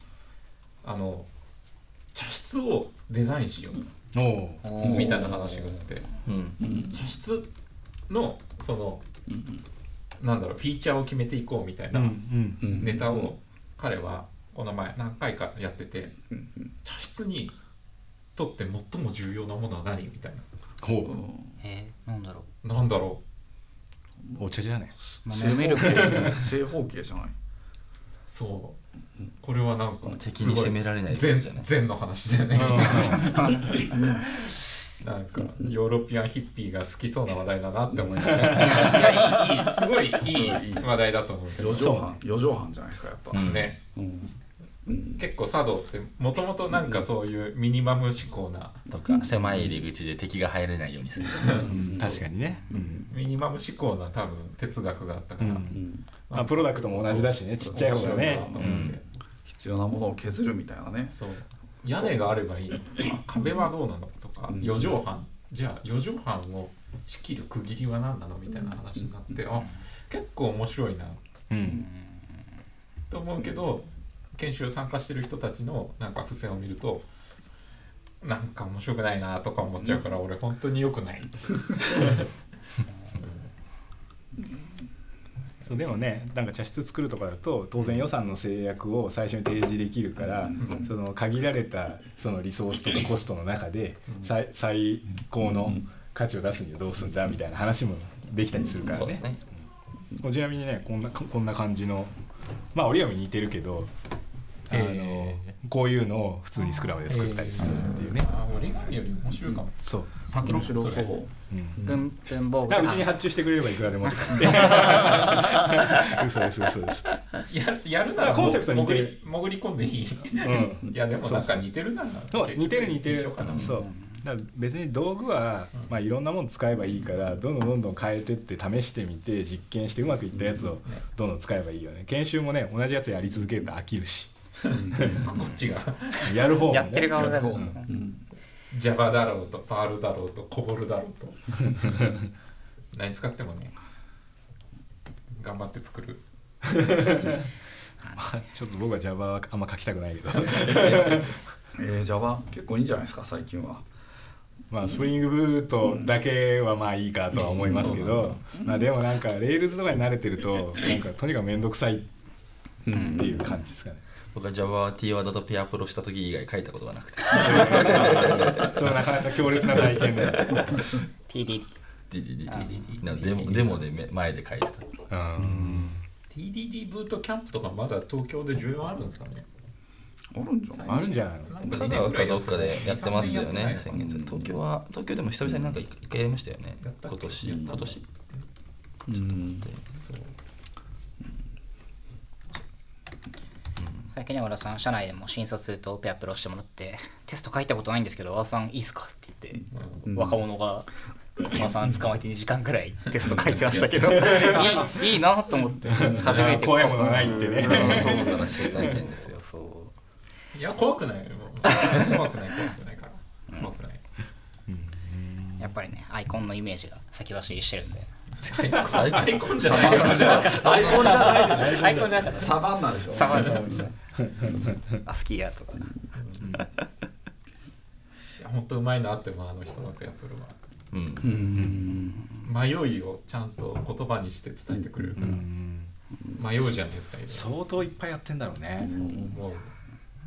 茶室をデザインしようみたいな話があって、茶室のなんだろうフィーチャーを決めていこうみたいなネタを彼はこの前何回かやってて、茶室にとって最も重要なものは何みたいな。なんだろうお茶じゃね正方形じゃない。 そうこれはなんか敵に攻められないじゃない。 禅の話だよねなんかヨーロピアンヒッピーが好きそうな話題だなって思いながらすごいいい話題だと思うけど、 四畳半じゃないですかやっぱね。結構茶道ってもともとなんかそういうミニマム思考なとか狭い入り口で敵が入れないようにする確かにね、 ミニマム思考な多分哲学があったから、 プロダクトも同じだしね、ちっちゃい方がね、 必要なものを削るみたいなね。 そう屋根があればいいの壁はどうなのとか、4畳半じゃあ4畳半を仕切る区切りは何なのみたいな話になって、結構面白いな、と思うけど、研修参加してる人たちのなんか付箋を見るとなんか面白くないなとか思っちゃうから、俺本当に良くないそうでもね、なんか茶室作るとかだと当然予算の制約を最初に提示できるから、その限られたそのリソースとかコストの中で最高の価値を出すにはどうするんだみたいな話もできたりするからね。ちなみにね、こんな感じの、まあ折り紙に似てるけど、こういうのを普通にスクラムで作ったりするっていうね。 折り紙より面白いかも。 そうさっきの面白そう。 文房具うちに発注してくれればいくらでも嘘です。 やるならコンセプトに似てる。 潜り込んでいい。いやでもなんか似てるな。 似てる。そうだから別に道具は、まあ、いろんなもの使えばいいからどんどん変えてって試してみて実験してうまくいったやつをどんどん使えばいいよね。研修もね、同じやつやり続けると飽きるしこっちがやる方もね、 やってる側が Java だろうとパールだろうとコボルだろうと何使ってもね頑張って作るちょっと僕は Java はあんま書きたくないけど Java 結構いいんじゃないですか最近は。 まあスプリングブートだけはまあいいかとは思いますけど、まあでもなんかレールズとかに慣れてるとなんかとにかくめんどくさいっていう感じですかね。 僕は Java は T ワードとペアプロした時以外書いたことがなくてそれなかなか強烈な体験で TDD デモで前で書いてた。 TDD ブートキャンプとかまだ東京で需要あるんですかね。 あるんじゃないの。香川かどっかでやってますよね、先月。東京でも久々になんか一回やりましたよね、今年。 最近ね、和田さん社内でも新卒とペアプロしてもらってテスト書いたことないんですけど和田さんいいっすかって言って、若者が和田さん捕まえて2時間くらいテスト書いてましたけどいいなと思って初めて怖いものないってねそう素晴らしい体験ですよ。 いや怖くないよ怖くないやっぱりねアイコンのイメージが先走りしてるんで。 アイコンじゃないでしょ。 アイコンじゃない。 サバンナでしょ。 サバンナアスキーヤとか。 いや本当うまいなって思うあの人のペアプロは。迷いをちゃんと言葉にして伝えてくれるから。迷うじゃないですか。 相当いっぱいやってんだろうね。 そう思う。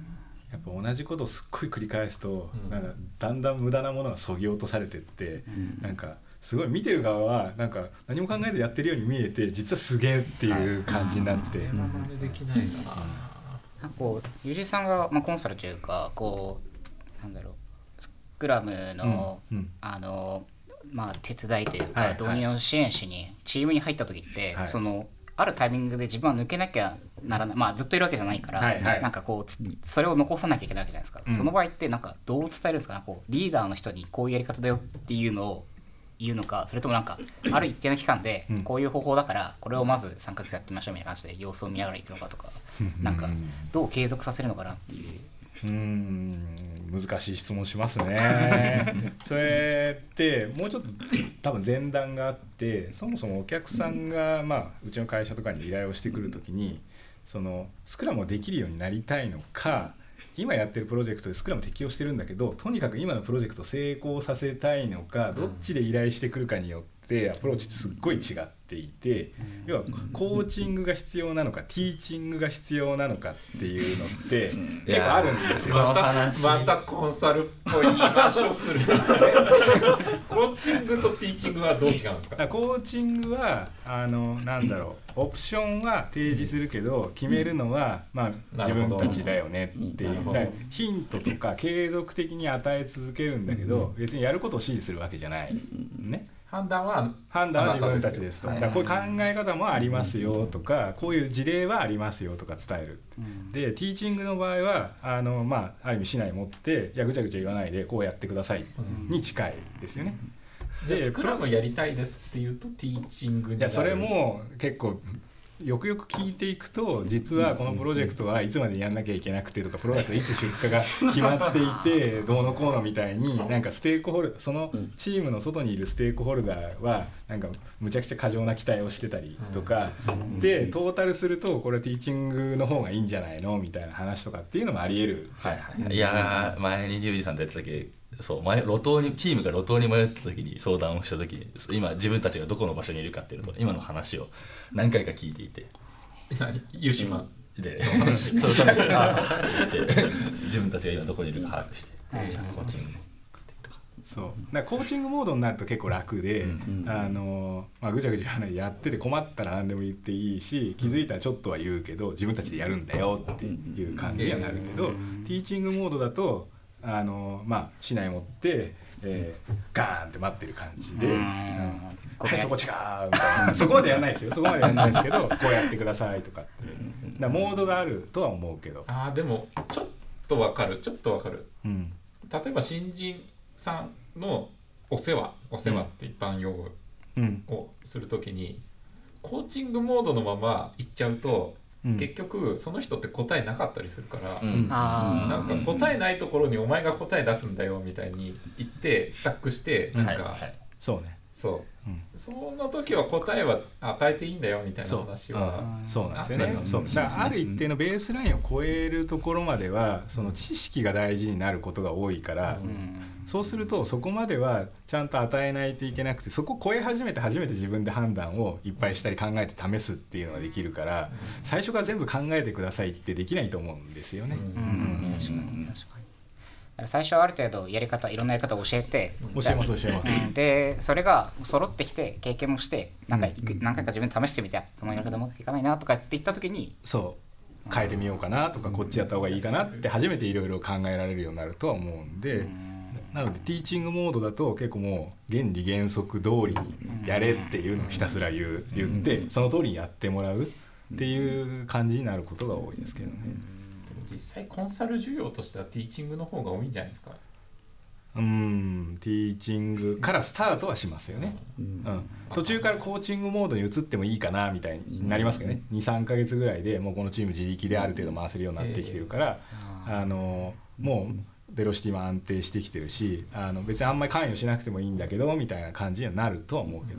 やっぱ同じことをすっごい繰り返すと、なんかだんだん無駄なものがそぎ落とされてって、なんかすごい見てる側はなんか何も考えずやってるように見えて実はすげえっていう感じになって、 できないな。 なんかこうゆうじさんが、コンサルというかこうなんだろうスクラムの、手伝いというか、導入を支援しにチームに入った時って、そのあるタイミングで自分は抜けなきゃならない、ずっといるわけじゃないから、なんかこうそれを残さなきゃいけないわけじゃないですか、その場合ってなんかどう伝えるんですかね、こうリーダーの人にこういうやり方だよっていうのを言うのか、それともなんかある一定の期間でこういう方法だからこれをまず3ヶ月やってみましょうみたいな感じで様子を見ながらいくのかとか、なんかどう継続させるのかなっていう。 難しい質問しますねそれってもうちょっと多分前段があって、そもそもお客さんが、うちの会社とかに依頼をしてくるときにそのスクラムをできるようになりたいのか、今やってるプロジェクトでスクラム適用してるんだけどとにかく今のプロジェクトを成功させたいのか、どっちで依頼してくるかによってアプローチってすっごい違っていて、要はコーチングが必要なのかティーチングが必要なのかっていうのって結構あるんですよ。 またコンサルっぽい言い回しをするコーチングとティーチングはどう違うんですか？ コーチングはオプションは提示するけど決めるのは、自分たちだよねっていう、ヒントとか継続的に与え続けるんだけど、別にやることを指示するわけじゃないね。 判断は自分たちですと、だからこういう考え方もありますよとか、こういう事例はありますよとか伝える、でティーチングの場合はある意味指南持ってぐちゃぐちゃ言わないでこうやってくださいに近いですよね。 でスクラムやりたいですっていうとティーチングになる。 それも結構よくよく聞いていくと、実はこのプロジェクトはいつまでにやんなきゃいけなくてとか、プロダクトいつ出荷が決まっていてどうのこうのみたいに、なんかステークホルダー、そのチームの外にいるステークホルダーはなんかむちゃくちゃ過剰な期待をしてたりとかで、トータルするとこれティーチングの方がいいんじゃないのみたいな話とかっていうのもあり得る。 いや前にリュウジさんとやった時、チームが路頭に迷った時に相談をした時に、今自分たちがどこの場所にいるかっていうのと今の話を何回か聞いていて、 湯島でそのために自分たちが今どこにいるか把握して、じゃあコーチングそうだからコーチングモードになると結構楽で、ぐちゃぐちゃやってて困ったら何でも言っていいし、気づいたらちょっとは言うけど自分たちでやるんだよっていう感じにはなるけど、ティーチングモードだと市内持って、ガーンって待ってる感じで、はいそこ違うみたいなそこまでやんないですよ、そこまでやんないですけどこうやってくださいとかってだモードがあるとは思うけど、 でもちょっとわかる、例えば新人さんのお世話って一般用語をするときに、コーチングモードのままいっちゃうと、結局その人って答えなかったりするから、なんか答えないところにお前が答え出すんだよみたいに言ってスタックして、 そうね、 その時は答えは与えていいんだよみたいな話はそうなんですよね。だからある一定のベースラインを超えるところまではその知識が大事になることが多いから、そうするとそこまではちゃんと与えないといけなくて、そこを超え始めて初めて自分で判断をいっぱいしたり考えて試すっていうのができるから、最初から全部考えてくださいってできないと思うんですよね。 確かに最初はある程度やり方、いろんなやり方を教えます、でそれが揃ってきて経験もして何回か自分で試してみて、このやり方もいかないなとかって言った時に変えてみようかなとか、こっちやった方がいいかなって初めていろいろ考えられるようになるとは思うんで、なのでティーチングモードだと結構もう原理原則通りにやれっていうのをひたすら言ってその通りにやってもらうっていう感じになることが多いですけどね。 実際コンサル需要としてはティーチングの方が多いんじゃないですか？ ティーチングからスタートはしますよね。途中からコーチングモードに移ってもいいかなみたいになりますけどね。 2,3 ヶ月ぐらいでもうこのチーム自力である程度回せるようになってきてるから、もうベロシティも安定してきてるし、別にあんまり関与しなくてもいいんだけどみたいな感じにはなるとは思うけど、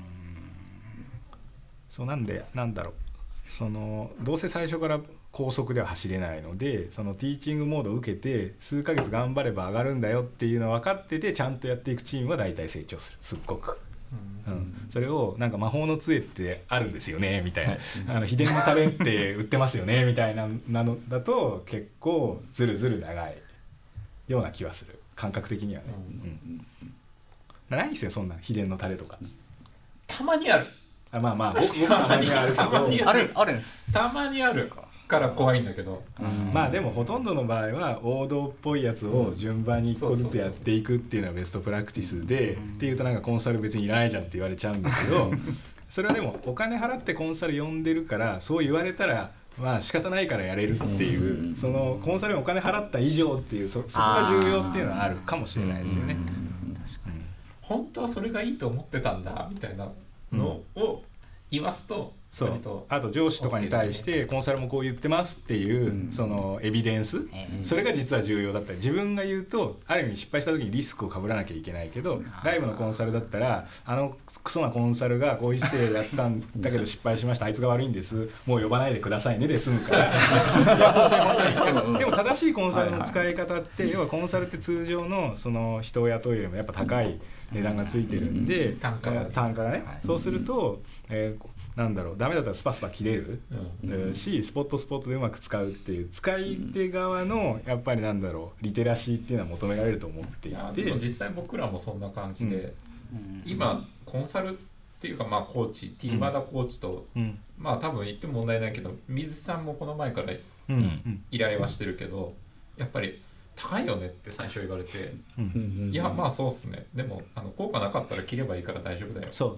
そうなんでどうせ最初から高速では走れないので、そのティーチングモードを受けて数ヶ月頑張れば上がるんだよっていうのは分かっててちゃんとやっていくチームは大体成長する、すっごく、 それをなんか魔法の杖ってあるんですよねみたいな、秘伝のタレって売ってますよねみたいなのだと結構ずるずる長いような気はする、感覚的にはね。ないんですよそんな秘伝のタレとか。 たまにある。 まあ僕たまにあるけど、 あるんです。 たまにあるから怖いんだけど、 まあでもほとんどの場合は王道っぽいやつを順番に1個ずつやっていくっていうのがベストプラクティスで、っていうとなんかコンサル別にいらないじゃんって言われちゃうんだけどそれはでもお金払ってコンサル呼んでるからそう言われたらまあ仕方ないからやれるっていう、そのコンサルにお金払った以上っていう そこが重要っていうのはあるかもしれないですよね。 本当はそれがいいと思ってたんだみたいなのを言わすと、 そうあと上司とかに対してコンサルもこう言ってますっていうそのエビデンス、それが実は重要だったり、自分が言うとある意味失敗した時にリスクを被らなきゃいけないけど、外部のコンサルだったらクソなコンサルがこういう姿勢やったんだけど失敗しましたあいつが悪いんですもう呼ばないでくださいねで済むからでも正しいコンサルの使い方って要はコンサルって通常のその人を雇うよりもやっぱ高い値段がついてるんで、単価がね、そうするとなんだろうダメだったらスパスパ切れる、しスポットでうまく使うっていう使い手側のやっぱりなんだろうリテラシーっていうのは求められると思っていて、 でも実際僕らもそんな感じで、今コンサルっていうかまあコーチティーマダコーチと、まあ多分言っても問題ないけど水さんもこの前から依頼はしてるけど、やっぱり高いよねって最初言われて、いやまあそうっすね、でも効果なかったら切ればいいから大丈夫だよ。 そう、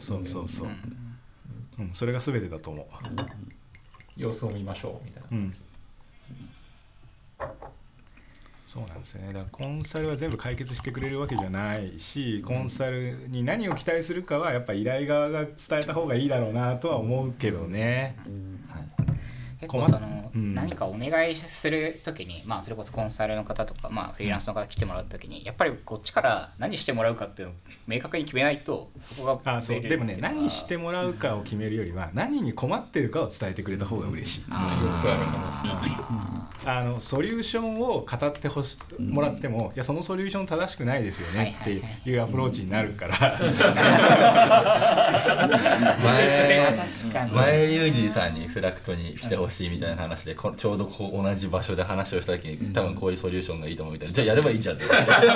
それが全てだと思う。 様子を見ましょうみたいな感じ。 そうなんですよね。だからコンサルは全部解決してくれるわけじゃないし、コンサルに何を期待するかはやっぱ依頼側が伝えた方がいいだろうなとは思うけどね。 結構その何かお願いするときに、まあそれこそコンサルの方とか、まあフリーランスの方来てもらうときに、やっぱりこっちから何してもらうかっていうのを明確に決めないと、そこがそうでもね、何してもらうかを決めるよりは何に困ってるかを伝えてくれた方が嬉しい。よくある話。ソリューションを語ってもらっても、いやそのソリューション正しくないですよねっていうアプローチになるから。 前リュウジーさんにフラクトに来てほしいみたいな話で、ちょうどこう同じ場所で話をした時に多分こういうソリューションがいいと思うみたいな、じゃあやればいいじゃんって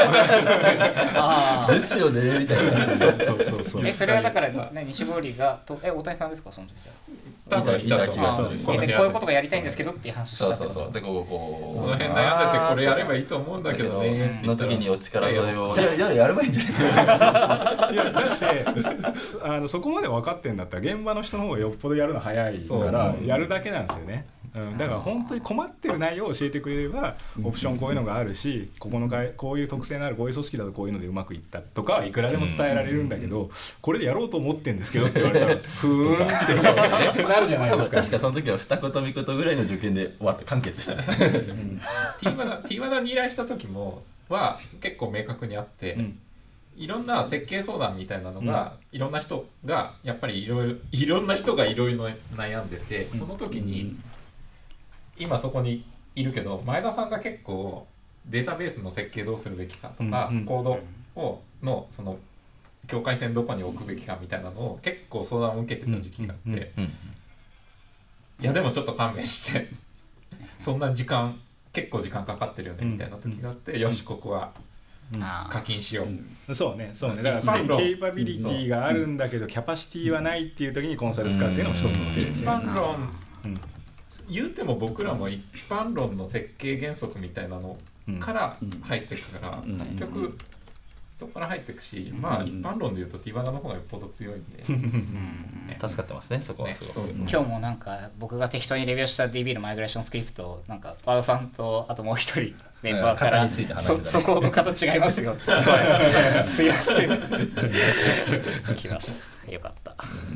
ですよねみたいな。 そうそれはだから西堀が大谷さんですかその時は。 いた気がする。 こういうことがやりたいんですけどっていう話をしたってこと。 そうでこの辺悩んでてこれやればいいと思うんだけどねの時にお力添えをじゃあやればいいんじゃない。 いやだってそこまで分かってんだったら現場の人の方がよっぽどやるの早いからやるだけなんですよね。だから本当に困ってる内容を教えてくれればオプションこういうのがあるし、こういう特性のあるこういう組織だとこういうのでうまくいったとかはいくらでも伝えられるんだけど、これでやろうと思ってんですけどって言われたらふーんってなるじゃないですか。 確かその時は二言三言ぐらいの受験で終わって完結した。 ティーマダに依頼した時もは結構明確にあって、いろんな設計相談みたいなのが、いろんな人がやっぱりいろんな人がいろいろ悩んでて、その時に今そこにいるけど前田さんが結構データベースの設計どうするべきかとか、コードのその境界線どこに置くべきかみたいなのを結構相談を受けてた時期があって、いやでもちょっと勘弁してそんな結構時間かかってるよねみたいな時があって、よしここは課金しよう。そうねだからケイパビリティがあるんだけどキャパシティはないっていう時にコンサル使うっていうのも一つの手ですね。 一般論言うても僕らも一般論の設計原則みたいなのから入っていくから、結局そこから入っていくし、まあ一般論で言うとティーバナの方がよっぽど強いんで助かってますね、そこはすごい。 今日もなんか僕が適当にレビューした DB のマイグレーションスクリプトをなんか和田さんとあともう一人メンバーからそこの方違いますよってすいません来ました。よかった。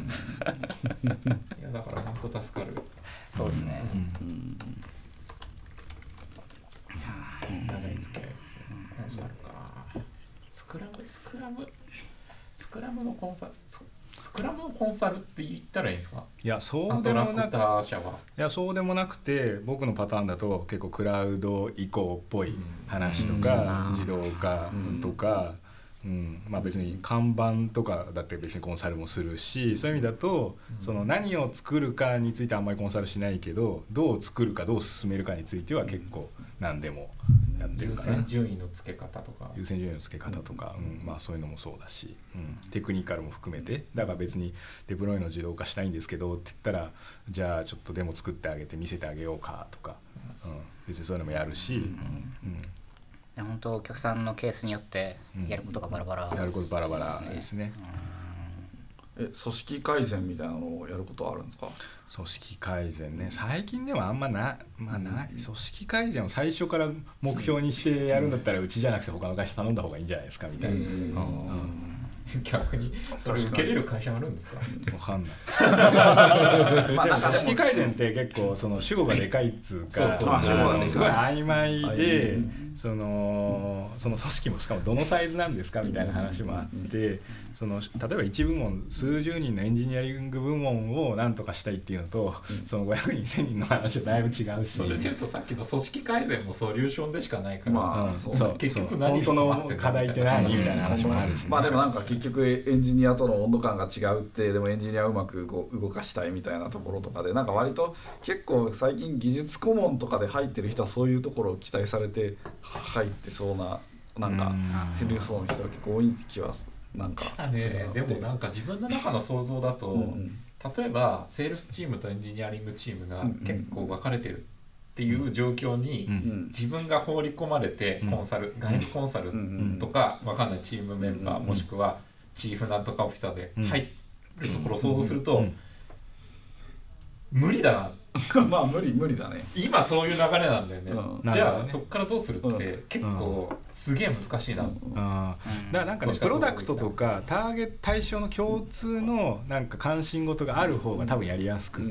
いやだから本当助かる。 そうですね。 長い付き合いですよ。何したのかな。スクラムのコンサルって言ったらいいんですか。 いやそうでもなくて、僕のパターンだと結構クラウド移行っぽい話とか、自動化とか、 まあ別に看板とかだって別にコンサルもするし、そういう意味だとその何を作るかについてあんまりコンサルしないけど、どう作るかどう進めるかについては結構何でもやってるかな。 優先順位の付け方とかまあそういうのもそうだし、テクニカルも含めて、だから別にデプロイの自動化したいんですけどって言ったら、じゃあちょっとデモ作ってあげて見せてあげようかとか、別にそういうのもやるし、 本当お客さんのケースによってやることがバラバラ、 やることバラバラですね。 組織改善みたいなのをやることあるんですか？ 組織改善ね、最近ではあんまない、組織改善を最初から目標にしてやるんだったらうちじゃなくて他の会社頼んだ方がいいんじゃないですかみたいな。 逆にそれ受けれる会社あるんですか？ わかんないでも組織改善って結構その主語がでかいっつうか、すごい曖昧で、その組織もしかもどのサイズなんですかみたいな話もあって、その例えば一部門数十人のエンジニアリング部門を何とかしたいっていうのと、その500人1000人の話はだいぶ違うし、 それでいうとさっきの組織改善もソリューションでしかないから、 そう結局何本当の課題って何みたいな話もあるし、 まあでもなんか結局エンジニアとの温度感が違うって、でもエンジニアをうまく動かしたいみたいなところとかで、なんか割と結構最近技術顧問とかで入ってる人はそういうところを期待されて入ってそうな、なんかヘルソンの人は結構多い気はなんかでもなんか自分の中の想像だと、例えばセールスチームとエンジニアリングチームが結構分かれてるっていう状況に自分が放り込まれてコンサル、外部コンサルとか分かんないチームメンバーもしくはチーフなんとかオフィサーで入るところを想像すると無理だなまあ無理だね。 今そういう流れなんだよね。じゃあそこからどうするって結構すげえ難しいな。 だからなんかね、プロダクトとか対象の共通のなんか関心事がある方が多分やりやすくって、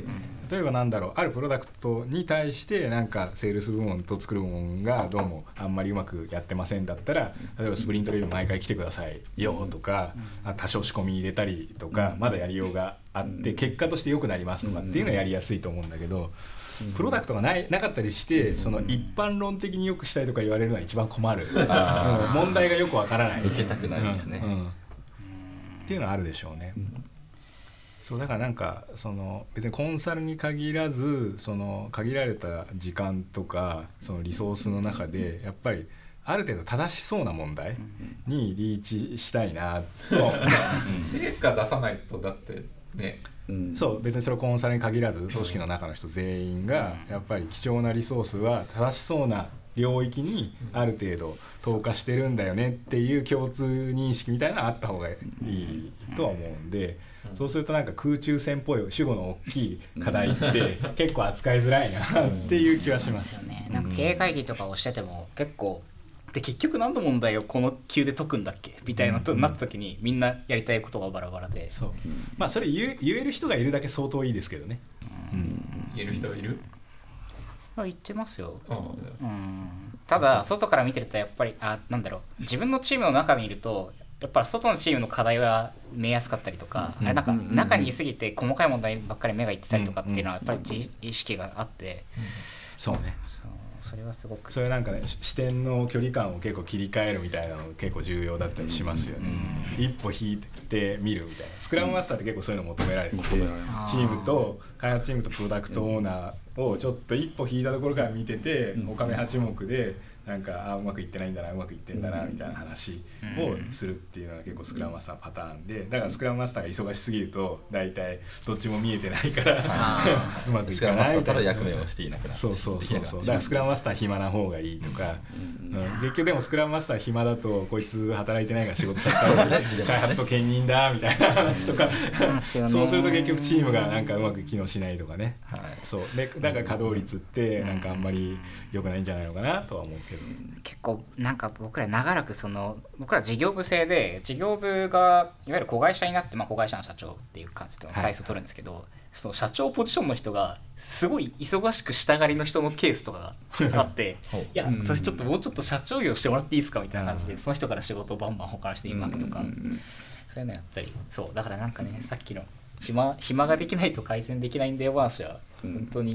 例えばなんだろう、あるプロダクトに対してなんかセールス部門と作る部門がどうもあんまりうまくやってませんだったら、例えばスプリントレビュー毎回来てくださいよとか、多少仕込み入れたりとか、まだやりようがあって結果として良くなりますとかっていうのはやりやすいと思うんだけど、プロダクトがなかったりして、その一般論的によくしたいとか言われるのは一番困る。問題がよくわからない、 受けたくないですね、 っていうのはあるでしょうね。そうだからなんかその別にコンサルに限らず、その限られた時間とかそのリソースの中でやっぱりある程度正しそうな問題にリーチしたいなと成果出さないとだってね、 そう別にそれはコンサルに限らず組織の中の人全員がやっぱり貴重なリソースは正しそうな領域にある程度投下してるんだよねっていう共通認識みたいなのがあった方がいいとは思うんで、そうするとなんか空中戦っぽい主語の大きい課題って結構扱いづらいなっていう気はします。 なんか経営会議とかをしてても結構で、結局何の問題をこの級で解くんだっけみたいなとなった時にみんなやりたいことがバラバラで、 そうまあそれ言える人がいるだけ相当いいですけどね。 言える人はいる？ 言ってますよ。ただ外から見てるとやっぱりなんだろう、自分のチームの中にいるとやっぱり外のチームの課題は見えやすかったりとか、あれなんか中にいすぎて細かい問題ばっかり目がいってたりとかっていうのはやっぱり自意識があって、 そうね、 それはすごくそれなんかね、視点の距離感を結構切り替えるみたいなの結構重要だったりしますよね。一歩引いてみるみたいな、スクラムマスターって結構そういうの求められてて、チームと開発チームとプロダクトオーナーをちょっと一歩引いたところから見てて、他の8目でなんかうまくいってないんだな、うまくいってんだなみたいな話をするっていうのが結構スクラムマスターのパターンで、だからスクラムマスターが忙しすぎると大体どっちも見えてないからうまくいかないみたいな、 役目をしていなくなる。 そうだからスクラムマスター暇な方がいいとか、結局でもスクラムマスター暇だとこいつ働いてないから仕事させたら開発と兼任だみたいな話とかそうすると結局チームがなんかうまく機能しないとかね、そうでだから稼働率ってなんかあんまり良くないんじゃないのかなとは思うけど、 結構なんか僕ら長らく僕ら事業部制で、事業部がいわゆる子会社になって、子会社の社長っていう感じで体制を取るんですけど、その社長ポジションの人がすごい忙しくしたがりの人のケースとかがあっていやそれちょっともうちょっと社長業してもらっていいですかみたいな感じで、その人から仕事をバンバン他の人に巻くとか、そういうのやったり、そうだからなんかね、さっきの暇ができないと改善できないんだよ話は本当に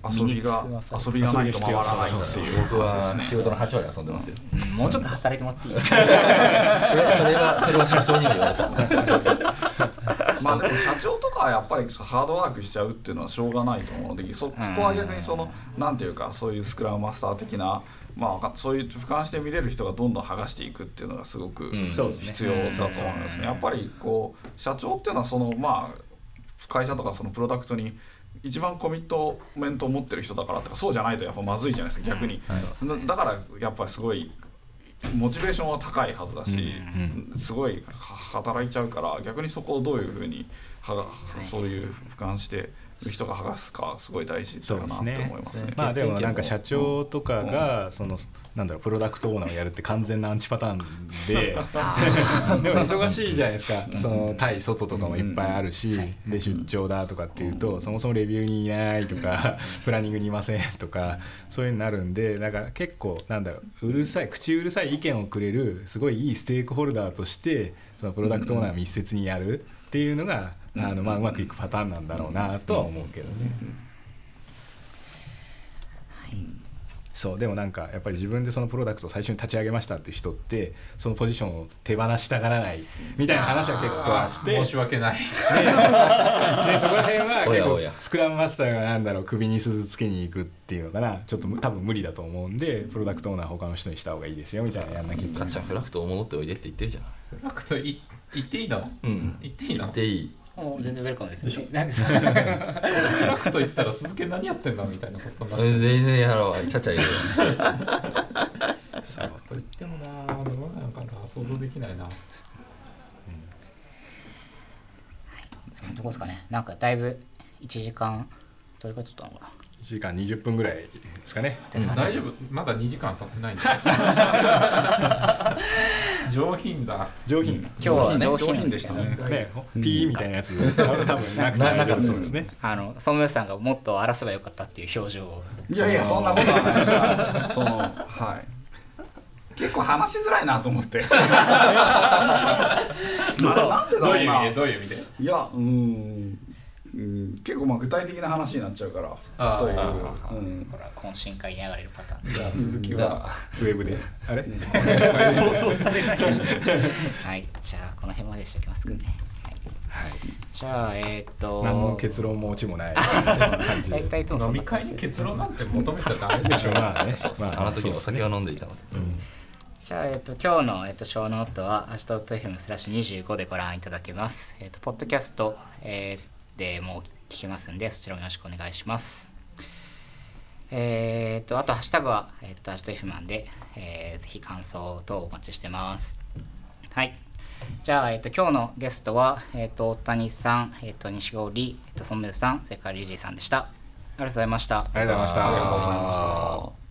遊びがないと回らないっていう僕は仕事の8割遊んでますよ。 もうちょっと働いてもらっていいそれは社長にも言われた。 まあでも社長とかはやっぱりハードワークしちゃうっていうのはしょうがないと思うので、そこは逆になんていうかそういうスクラムマスター的な、まあそういう俯瞰して見れる人がどんどん剥がしていくっていうのがすごく必要だと思いますね。やっぱりこう社長っていうのはまあ会社とかそのプロダクトに一番コミットメントを持ってる人だからとか、そうじゃないとやっぱまずいじゃないですか逆に、だからやっぱりすごいモチベーションは高いはずだし、すごい働いちゃうから、逆にそこをどういうふうにそういう俯瞰してる人が剥がすかすごい大事だなって思いますね。 まあでもなんか社長とかがなんだろうプロダクトオーナーをやるって完全なアンチパターンででも忙しいじゃないですか。対外とかもいっぱいあるし、で出張だとかっていうとそもそもレビューにいないとかプランニングにいませんとかそういうのになるんで、だから結構なんだろう口うるさい意見をくれるすごいいいステークホルダーとしてそのプロダクトオーナーが密接にやるっていうのがまあうまくいくパターンなんだろうなとは思うけどね。そうでもなんかやっぱり自分でそのプロダクトを最初に立ち上げましたっていう人ってそのポジションを手放したがらないみたいな話は結構あって、 申し訳ないでそこら辺は結構スクラムマスターがなんだろう首に鈴つけに行くっていうのかな、ちょっと多分無理だと思うんでプロダクトオーナー他の人にした方がいいですよみたいなやんなきゃいけない。 かっちゃんフラクトを戻っておいでって言ってるじゃん。 フラクト言っていいの？言っていいの？ 言っていい。 もう全然ウェルカムですよ。 フラクト言ったら鈴木何やってんだみたいなことになっちゃう。 全然やろう。ちゃちゃいるよ。 フラクト言ってもなどうなのかな想像できないな。 そのとこですかね。なんかだいぶ1時間どれくらい取ったのかな。 1時間20分ぐらいですかね。 大丈夫、まだ2時間経ってないんだ。上品だ。 上品。 今日は上品でしたね。 ピーみたいなやつ多分なくて大丈夫そうですね。 ソンムーさんがもっと荒らせばよかったっていう表情を。 いやいやそんなことはないですはい。結構話しづらいなと思って。なんでだろうな。 どういう意味で？ いや結構まあ具体的な話になっちゃうからという、 ほら懇親会に上がれるパターン。 じゃあ続きはウェブであれ？ 放送されない。はい、じゃあこの辺までしておきますかね。はい。じゃあ何の結論もオチもない感じで。 飲み会に結論なんて求めちゃダメでしょ。 まあね。あの時お酒を飲んでいたので。 じゃあ、今日の、ショーノートは@FM/25でご覧いただけます。ポッドキャスト、でもう聞けますんで、そちらもよろしくお願いします。あと、ハッシュタグは、#FM で、ぜひ感想等お待ちしてます。はい。じゃあ、今日のゲストは、大谷さん、西郷里、ソンムーさん、それからリュウジーさんでした。ありがとうございました。 ありがとうございました。